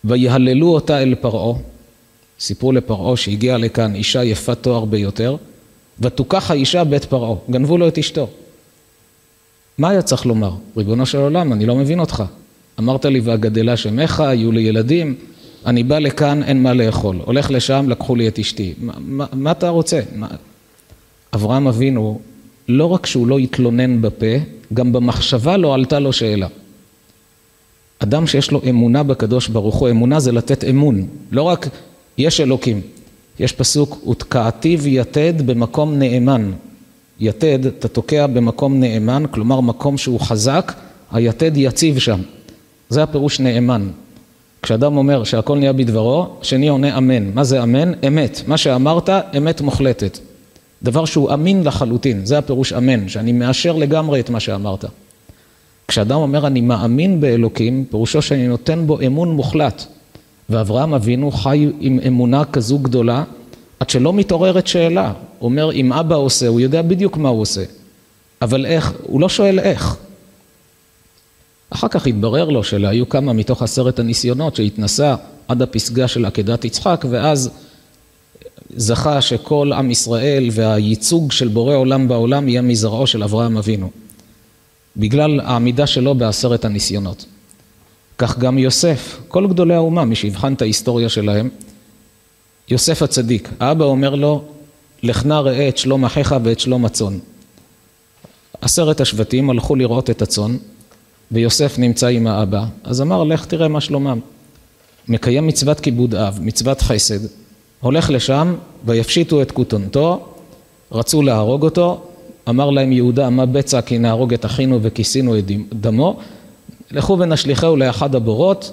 ויהללו אותה אל פרעה, סיפרו לפרעה שהגיעה לכאן אישה יפת תואר ביותר, ותוקח האישה בית פרעה, גנבו לו את אשתו. מה היה צריך לומר? ריבונו של עולם, אני לא מבין אותך. אמרת לי והגדלה שמך, היו לי ילדים, אני בא לכאן, אין מה לאכול. הולך לשם, לקחו לי את אשתי. מה אתה רוצה? אברהם אבינו, לא רק שהוא לא התלונן בפה, גם במחשבה לא עלתה לו שאלה. אדם שיש לו אמונה בקדוש ברוך הוא, אמונה זה לתת אמון. לא רק יש אלוקים. יש פסוק, ותקעתיו יתד במקום נאמן. יתד, אתה תוקע במקום נאמן, כלומר מקום שהוא חזק, היתד יציב שם. זה הפירוש נאמן. כשאדם אומר שהכל נהיה בדברו, שני עונה אמן. מה זה אמן? אמת. מה שאמרת, אמת מוחלטת. דבר שהוא אמין לחלוטין. זה הפירוש אמן, שאני מאשר לגמרי את מה שאמרת. כשאדם אומר אני מאמין באלוקים, פירושו שאני נותן בו אמון מוחלט. ואברהם אבינו חי עם אמונה כזו גדולה, עד שלא מתעוררת שאלה. הוא אומר אם אבא עושה, הוא יודע בדיוק מה הוא עושה. אבל איך? הוא לא שואל איך. אחר כך התברר לו שהיו כמה מתוך 10 הניסיונות שהתנסה עד הפסגה של עקדת יצחק, ואז זכה שכל עם ישראל והייצוג של בורא עולם בעולם יהיה מזרעו של אברהם אבינו. בגלל העמידה שלו ב10 הניסיונות. כך גם יוסף, כל גדולי האומה, מי שיבחן את ההיסטוריה שלהם, יוסף הצדיק, האבא אומר לו, לך נא ראה את שלום אחיך ואת שלום הצאן. 10 השבטים הלכו לראות את הצאן, ויוסף נמצא עם האבא, אז אמר, לך תראה מה שלומם. מקיים מצוות כיבוד אב, מצוות חסד, הולך לשם, ויפשיטו את כותנתו, רצו להרוג אותו, אמר להם יהודה, מה בצע כי נהרוג את אחינו וכיסינו את דמו, לכו ונשליחהו לאחד הבורות,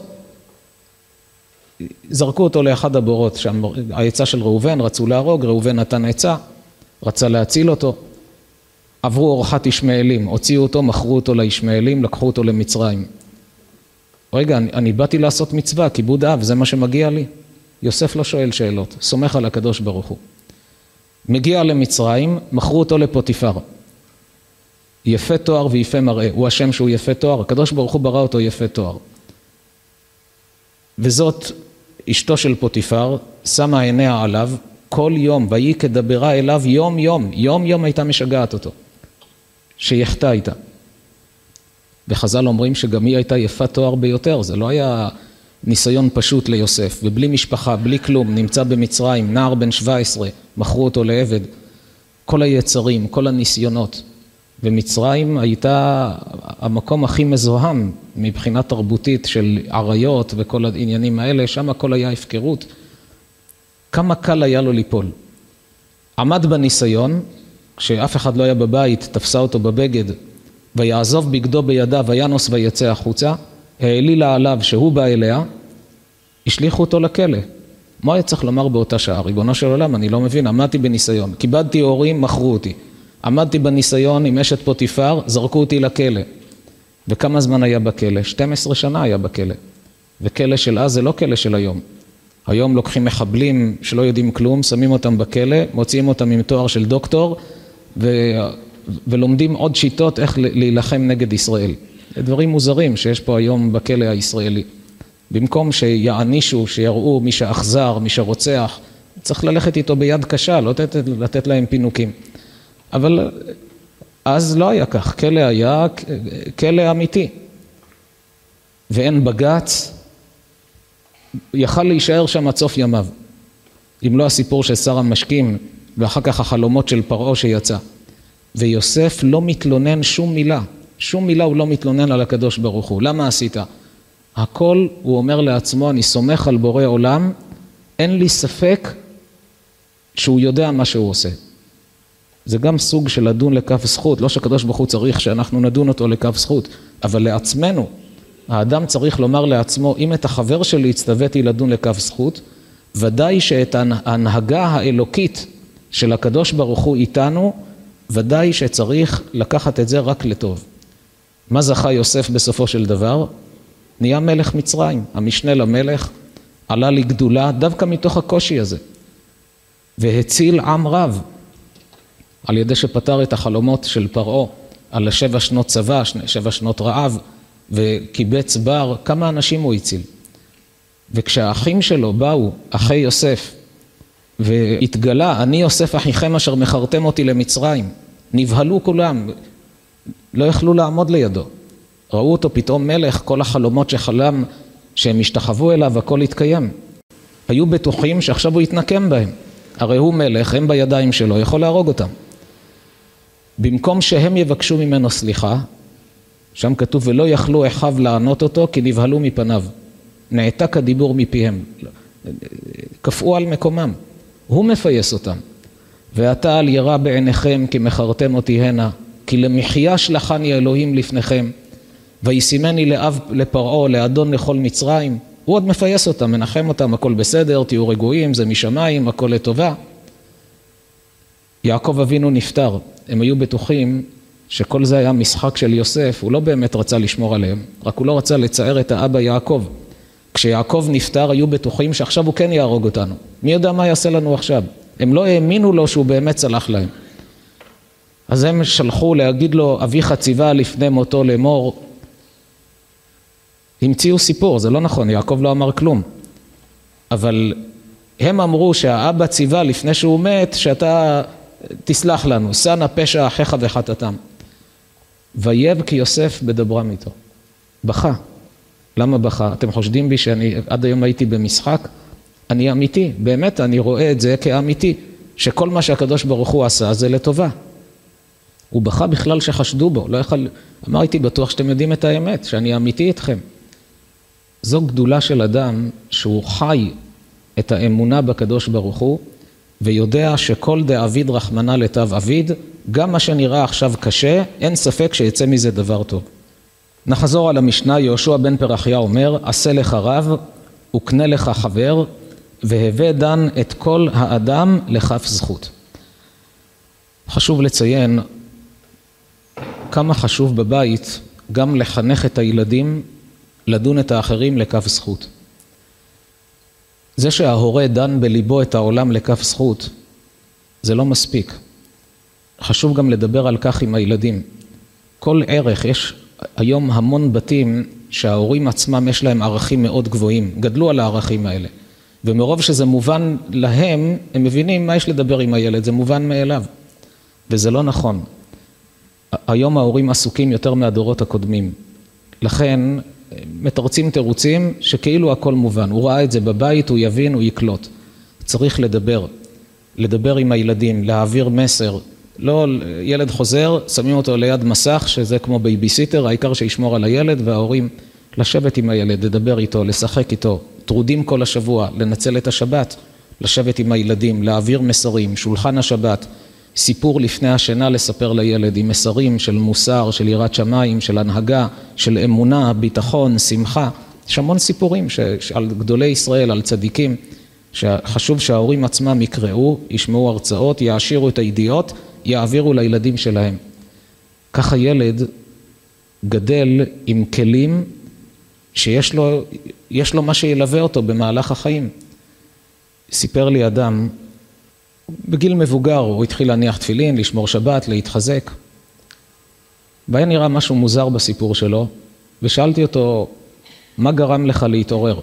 זרקו אותו לאחד הבורות, שם העצה של ראובן, רצו להרוג, ראובן נתן עצה, רצה להציל אותו, עברו אורחת ישמעאלים, הוציאו אותו, מכרו אותו לישמעאלים, לקחו אותו למצרים. רגע, אני באתי לעשות מצווה, כיבוד אב, זה מה שמגיע לי? יוסף לא שואל שאלות, סומך על הקדוש ברוך הוא. מגיע למצרים, מכרו אותו לפוטיפר. יפה תואר ויפה מראה, הוא השם שהוא יפה תואר, הקדוש ברוך הוא ברא אותו יפה תואר. וזאת אשתו של פוטיפר, שמה עיניה עליו, כל יום, והיא כדברה אליו יום יום, יום יום הייתה משגעת אותו, שיחתה איתה. וחז"ל אומרים שגם היא הייתה יפה תואר ביותר, זה לא היה ניסיון פשוט ליוסף, ובלי משפחה, בלי כלום, נמצא במצרים, נער בן 17, מכרו אותו לעבד, כל היצרים, כל הניסיונות. ומצרים הייתה המקום הכי מזוהם מבחינה תרבותית של עריות וכל העניינים האלה, שם הכל היה הפקרות. כמה קל היה לו ליפול. עמד בניסיון, כשאף אחד לא היה בבית, תפסה אותו בבגד, ויעזוב בגדו בידיו, וינוס ויצא החוצה, העלילה עליו שהוא בא אליה, השליחו אותו לכלא. מה היה צריך לומר באותה שעה? ריבונו של עולם, אני לא מבין, עמדתי בניסיון, כיבדתי הורים, מכרו אותי. עמדתי בניסיון עם אשת פוטיפר, זרקו אותי לכלא. וכמה זמן היה בכלא? 12 שנה היה בכלא. וכלא של אז זה לא כלא של היום. היום לוקחים מחבלים שלא יודעים כלום, שמים אותם בכלא, מוציאים אותם עם תואר של דוקטור, ולומדים עוד שיטות איך להילחם נגד ישראל. דברים מוזרים שיש פה היום בכלא הישראלי. במקום שיענישו, שיראו מי שאכזר, מי שרוצח, צריך ללכת איתו ביד קשה, לא לתת להם פינוקים. אבל אז לא היה כך, כלא היה כלא אמיתי. ואין בג"ץ, יכל להישאר שם עד סוף ימיו. אם לא הסיפור של שר המשקים, ואחר כך החלומות של פרעה שיצא. ויוסף לא מתלונן שום מילה. שום מילה הוא לא מתלונן על הקדוש ברוך הוא. למה עשית? הכל הוא אומר לעצמו, אני סומך על בורא עולם, אין לי ספק שהוא יודע מה שהוא עושה. זה גם סוג של לדון לכף זכות, לא שהקדוש ברוך הוא צריך שאנחנו נדון אותו לכף זכות, אבל לעצמנו, האדם צריך לומר לעצמו, אם את החבר שלי הצטוויתי לדון לכף זכות, ודאי שאת ההנהגה האלוקית של הקדוש ברוך הוא איתנו, ודאי שצריך לקחת את זה רק לטוב. מה זכה יוסף בסופו של דבר? נהיה מלך מצרים, המשנה למלך, עלה לגדולה דווקא מתוך הקושי הזה, והציל עם רב, על ידי שפתר את החלומות של פרעה, על 7 שנות צבא, 7 שנות רעב, וקיבץ בר, כמה אנשים הוא הציל. וכשהאחים שלו באו, אחי יוסף, והתגלה, אני יוסף אחיכם אשר מכרתם אותי למצרים, נבהלו כולם, לא יכלו לעמוד לידו. ראו אותו פתאום מלך, כל החלומות שחלם שהם השתחוו אליו, הכל התקיים. היו בטוחים שעכשיו הוא יתנקם בהם. הרי הוא מלך, הם בידיים שלו, יכול להרוג אותם. במקום שהם יבקשו ממנו סליחה, שם כתוב ולא יכלו אחיו לענות אותו כי נבהלו מפניו. נעתק הדיבור מפיהם. קפאו על מקומם. הוא מפייס אותם. ואתה אל ירא בעיניכם כי מכרתם אותי הנה, כי למחיה שלחני אלוהים לפניכם, וישימני לאב לפרעה, לאדון לכל מצרים. הוא עוד מפייס אותם, מנחם אותם, הכל בסדר, תהיו רגועים, זה משמיים, הכל לטובה. יעקב אבינו נפטר, הם היו בטוחים שכל זה היה משחק של יוסף, הוא לא באמת רצה לשמור עליהם, רק הוא לא רצה לצער את האבא יעקב. כשיעקב נפטר היו בטוחים שעכשיו הוא כן יהרוג אותנו. מי יודע מה יעשה לנו עכשיו? הם לא האמינו לו שהוא באמת צלח להם. אז הם שלחו להגיד לו, אביך ציווה לפני מותו לאמור, המציאו סיפור, זה לא נכון, יעקב לא אמר כלום. אבל הם אמרו שהאבא ציווה לפני שהוא מת, שאתה תסלח לנו, שא פשע אחיך וחטאתם. ויבכי יוסף בדברם איתו. בכה. למה בכה? אתם חושדים בי שאני עד היום הייתי במשחק? אני אמיתי, באמת אני רואה את זה כאמיתי, שכל מה שהקדוש ברוך הוא עשה זה לטובה. הוא בכה בכלל שחשדו בו, לא יכול... אמרתי בטוח שאתם יודעים את האמת, שאני אמיתי איתכם. זו גדולה של אדם שהוא חי את האמונה בקדוש ברוך הוא, ויודע שכל דאביד רחמנא לטב אביד, גם מה שנראה עכשיו קשה, אין ספק שיצא מזה דבר טוב. נחזור על המשנה, יהושע בן פרחיה אומר, עשה לך רב וקנה לך חבר, והווה דן את כל האדם לכף זכות. חשוב לציין כמה חשוב בבית גם לחנך את הילדים, לדון את האחרים לכף זכות. זה שההורה דן בליבו את העולם לכף זכות, זה לא מספיק. חשוב גם לדבר על כך עם הילדים. כל ערך, יש היום המון בתים שההורים עצמם יש להם ערכים מאוד גבוהים, גדלו על הערכים האלה. ומרוב שזה מובן להם, הם מבינים מה יש לדבר עם הילד, זה מובן מאליו. וזה לא נכון. היום ההורים עסוקים יותר מהדורות הקודמים. לכן מתרצים תירוצים שכאילו הכל מובן. הוא ראה את זה בבית, הוא יבין, הוא יקלוט. צריך לדבר עם הילדים, להעביר מסר. לא, ילד חוזר, שמים אותו ליד מסך, שזה כמו בייביסיטר, העיקר שישמור על הילד, וההורים לשבת עם הילד, לדבר איתו, לשחק איתו, טרודים כל השבוע, לנצל את השבת, לשבת עם הילדים, להעביר מסרים, שולחן השבת, סיפור לפני השינה לספר לילד, עם מסרים של מוסר, של יראת שמיים, של הנהגה, של אמונה, ביטחון, שמחה. יש המון סיפורים על גדולי ישראל, על צדיקים, שחשוב שההורים עצמם יקראו, ישמעו הרצאות, יעשירו את הידיעות, יעבירו לילדים שלהם. ככה ילד גדל עם כלים שיש לו מה שילווה אותו במהלך החיים. סיפר לי אדם, בגיל מבוגר הוא התחיל להניח תפילין, לשמור שבת, להתחזק. והיה נראה משהו מוזר בסיפור שלו, ושאלתי אותו, מה גרם לך להתעורר?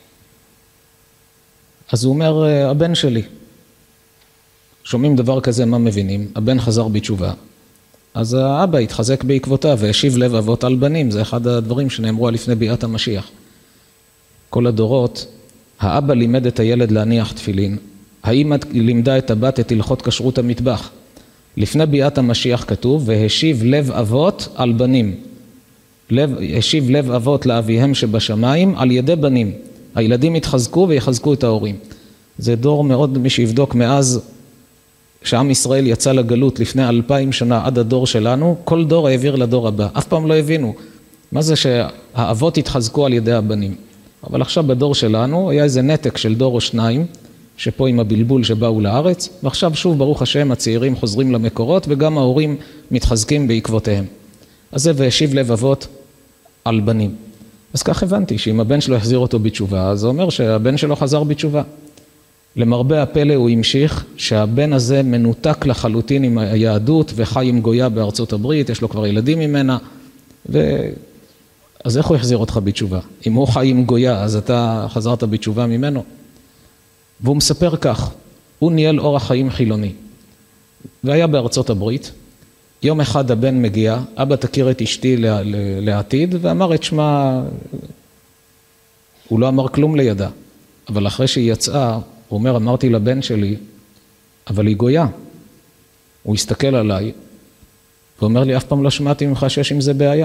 אז הוא אומר, הבן שלי. שומעים דבר כזה, מה מבינים? הבן חזר בתשובה. אז האבא התחזק בעקבותיו והשיב לב אבות על בנים, זה אחד הדברים שנאמרו לפני ביאת המשיח. כל הדורות, האבא לימד את הילד להניח תפילין, האמא לימדה את הבת את הלכות כשרות המטבח. לפני ביאת המשיח כתוב, והשיב לב אבות על בנים. השיב לב אבות לאביהם שבשמיים על ידי בנים. הילדים יתחזקו ויחזקו את ההורים. זה דור מאוד, מי שיבדוק מאז שעם ישראל יצא לגלות לפני 2000 שנה עד הדור שלנו, כל דור העביר לדור הבא. אף פעם לא הבינו מה זה שהאבות יתחזקו על ידי הבנים. אבל עכשיו בדור שלנו היה איזה נתק של דור או שניים, שפה עם הבלבול שבאו לארץ, ועכשיו שוב ברוך השם הצעירים חוזרים למקורות, וגם ההורים מתחזקים בעקבותיהם. אז זה והשיב לב אבות על בנים. אז כך הבנתי שאם הבן שלו החזיר אותו בתשובה, זה אומר שהבן שלו חזר בתשובה. למרבה הפלא הוא המשיך שהבן הזה מנותק לחלוטין עם היהדות וחי עם גויה בארצות הברית, יש לו כבר ילדים ממנה, אז איך הוא יחזיר אותך בתשובה? אם הוא חי עם גויה, אז אתה חזרת בתשובה ממנו. והוא מספר כך, הוא ניהל אורח חיים חילוני, והיה בארצות הברית. יום אחד הבן מגיע, אבא תכיר את אשתי לעתיד, ואמר את שמה, הוא לא אמר כלום לידה, אבל אחרי שהיא יצאה, הוא אומר, אמרתי לבן שלי, אבל היא גויה. הוא הסתכל עליי, ואומר לי, אף פעם לא שמעתי ממך שיש עם זה בעיה.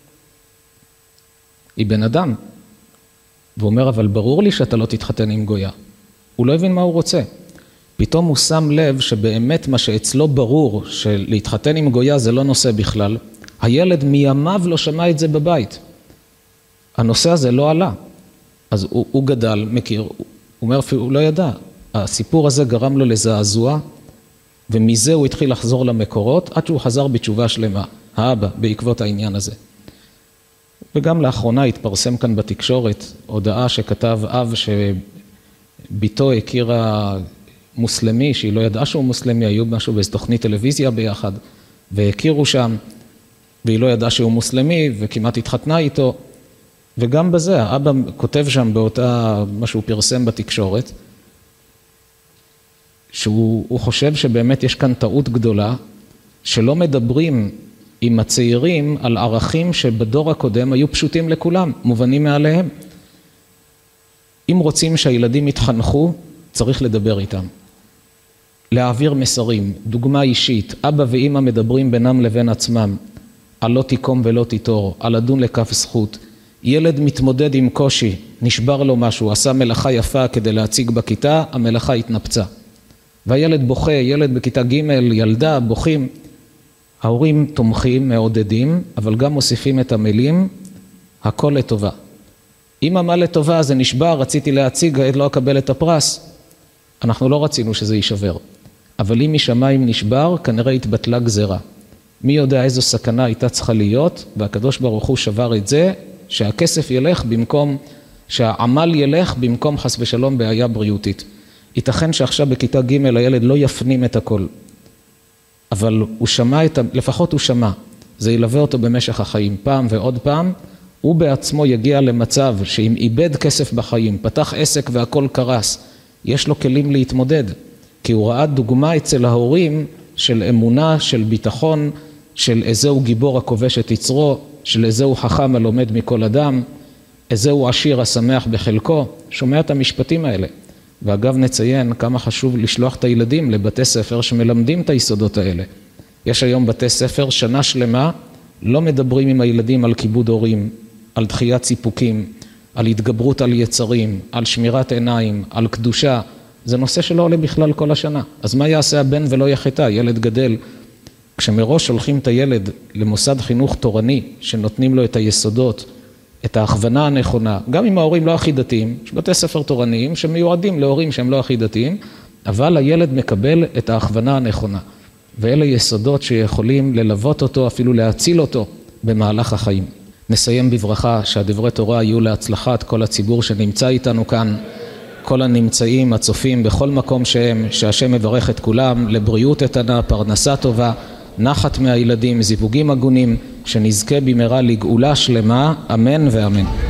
היא בן אדם. והוא אומר, אבל ברור לי שאתה לא תתחתן עם גויה. הוא לא הבין מה הוא רוצה. פתאום הוא שם לב שבאמת מה שאצלו ברור, שלהתחתן עם גויה זה לא נושא בכלל. הילד מימיו לא שמע את זה בבית. הנושא הזה לא עלה. אז הוא גדל, מכיר, הוא אומר, הוא לא ידע. הסיפור הזה גרם לו לזעזוע, ומזה הוא התחיל לחזור למקורות, עד שהוא חזר בתשובה שלמה, האבא, בעקבות העניין הזה. וגם לאחרונה התפרסם כאן בתקשורת, הודעה שכתב אב שביתו הכירה מוסלמי, שהיא לא ידעה שהוא מוסלמי, היו משהו באיזו תוכנית טלוויזיה ביחד, והכירו שם, והיא לא ידעה שהוא מוסלמי, וכמעט התחתנה איתו, וגם בזה, האבא כותב שם באותה, מה שהוא פרסם בתקשורת, שהוא חושב שבאמת יש כאן טעות גדולה, שלא מדברים עם הצעירים על ערכים שבדור הקודם היו פשוטים לכולם, מובנים מעליהם. אם רוצים שהילדים יתחנכו, צריך לדבר איתם. להעביר מסרים, דוגמה אישית, אבא ואמא מדברים בינם לבין עצמם, על לא תיקום ולא תיטור, על לדון לכף זכות. ילד מתמודד עם קושי, נשבר לו משהו, עשה מלאכה יפה כדי להציג בכיתה, המלאכה התנפצה. והילד בוכה, ילד בכיתה ג', ילדה, בוכים. ההורים תומכים, מעודדים, אבל גם מוסיפים את המילים, הכל לטובה. אם מה לטובה זה נשבר, רציתי להציג, לא אקבל את הפרס. אנחנו לא רצינו שזה יישבר. אבל אם משמיים נשבר, כנראה התבטלה גזרה. מי יודע איזו סכנה הייתה צריכה להיות, והקדוש ברוך הוא שבר את זה, שהכסף ילך במקום, שהעמל ילך במקום חס ושלום בעיה בריאותית. ייתכן שעכשיו בכיתה ג' הילד לא יפנים את הכל. אבל הוא שמע לפחות הוא שמע. זה ילווה אותו במשך החיים פעם ועוד פעם. הוא בעצמו יגיע למצב שאם איבד כסף בחיים, פתח עסק והכל קרס, יש לו כלים להתמודד. כי הוא ראה דוגמה אצל ההורים של אמונה, של ביטחון, של איזהו גיבור הכובש את יצרו, של איזהו חכם הלומד מכל אדם, איזהו עשיר השמח בחלקו. שומע את המשפטים האלה. ואגב נציין כמה חשוב לשלוח את הילדים לבתי ספר שמלמדים את היסודות האלה. יש היום בתי ספר שנה שלמה, לא מדברים עם הילדים על כיבוד הורים, על דחיית סיפוקים, על התגברות על יצרים, על שמירת עיניים, על קדושה. זה נושא שלא עולה בכלל כל השנה. אז מה יעשה הבן ולא יחטא? ילד גדל. כשמראש שולחים את הילד למוסד חינוך תורני, שנותנים לו את היסודות, את ההכוונה הנכונה, גם אם ההורים לא הכי דתיים, יש בתי ספר תורניים שמיועדים להורים שהם לא הכי דתיים, אבל הילד מקבל את ההכוונה הנכונה. ואלה יסודות שיכולים ללוות אותו, אפילו להציל אותו במהלך החיים. נסיים בברכה שהדברי תורה יהיו להצלחת כל הציבור שנמצא איתנו כאן, כל הנמצאים, הצופים, בכל מקום שהם, שהשם מברך את כולם, לבריאות איתנה, פרנסה טובה, נחת מהילדים, זיווגים הגונים, שנזכה במהרה לגאולה שלמה, אמן ואמן.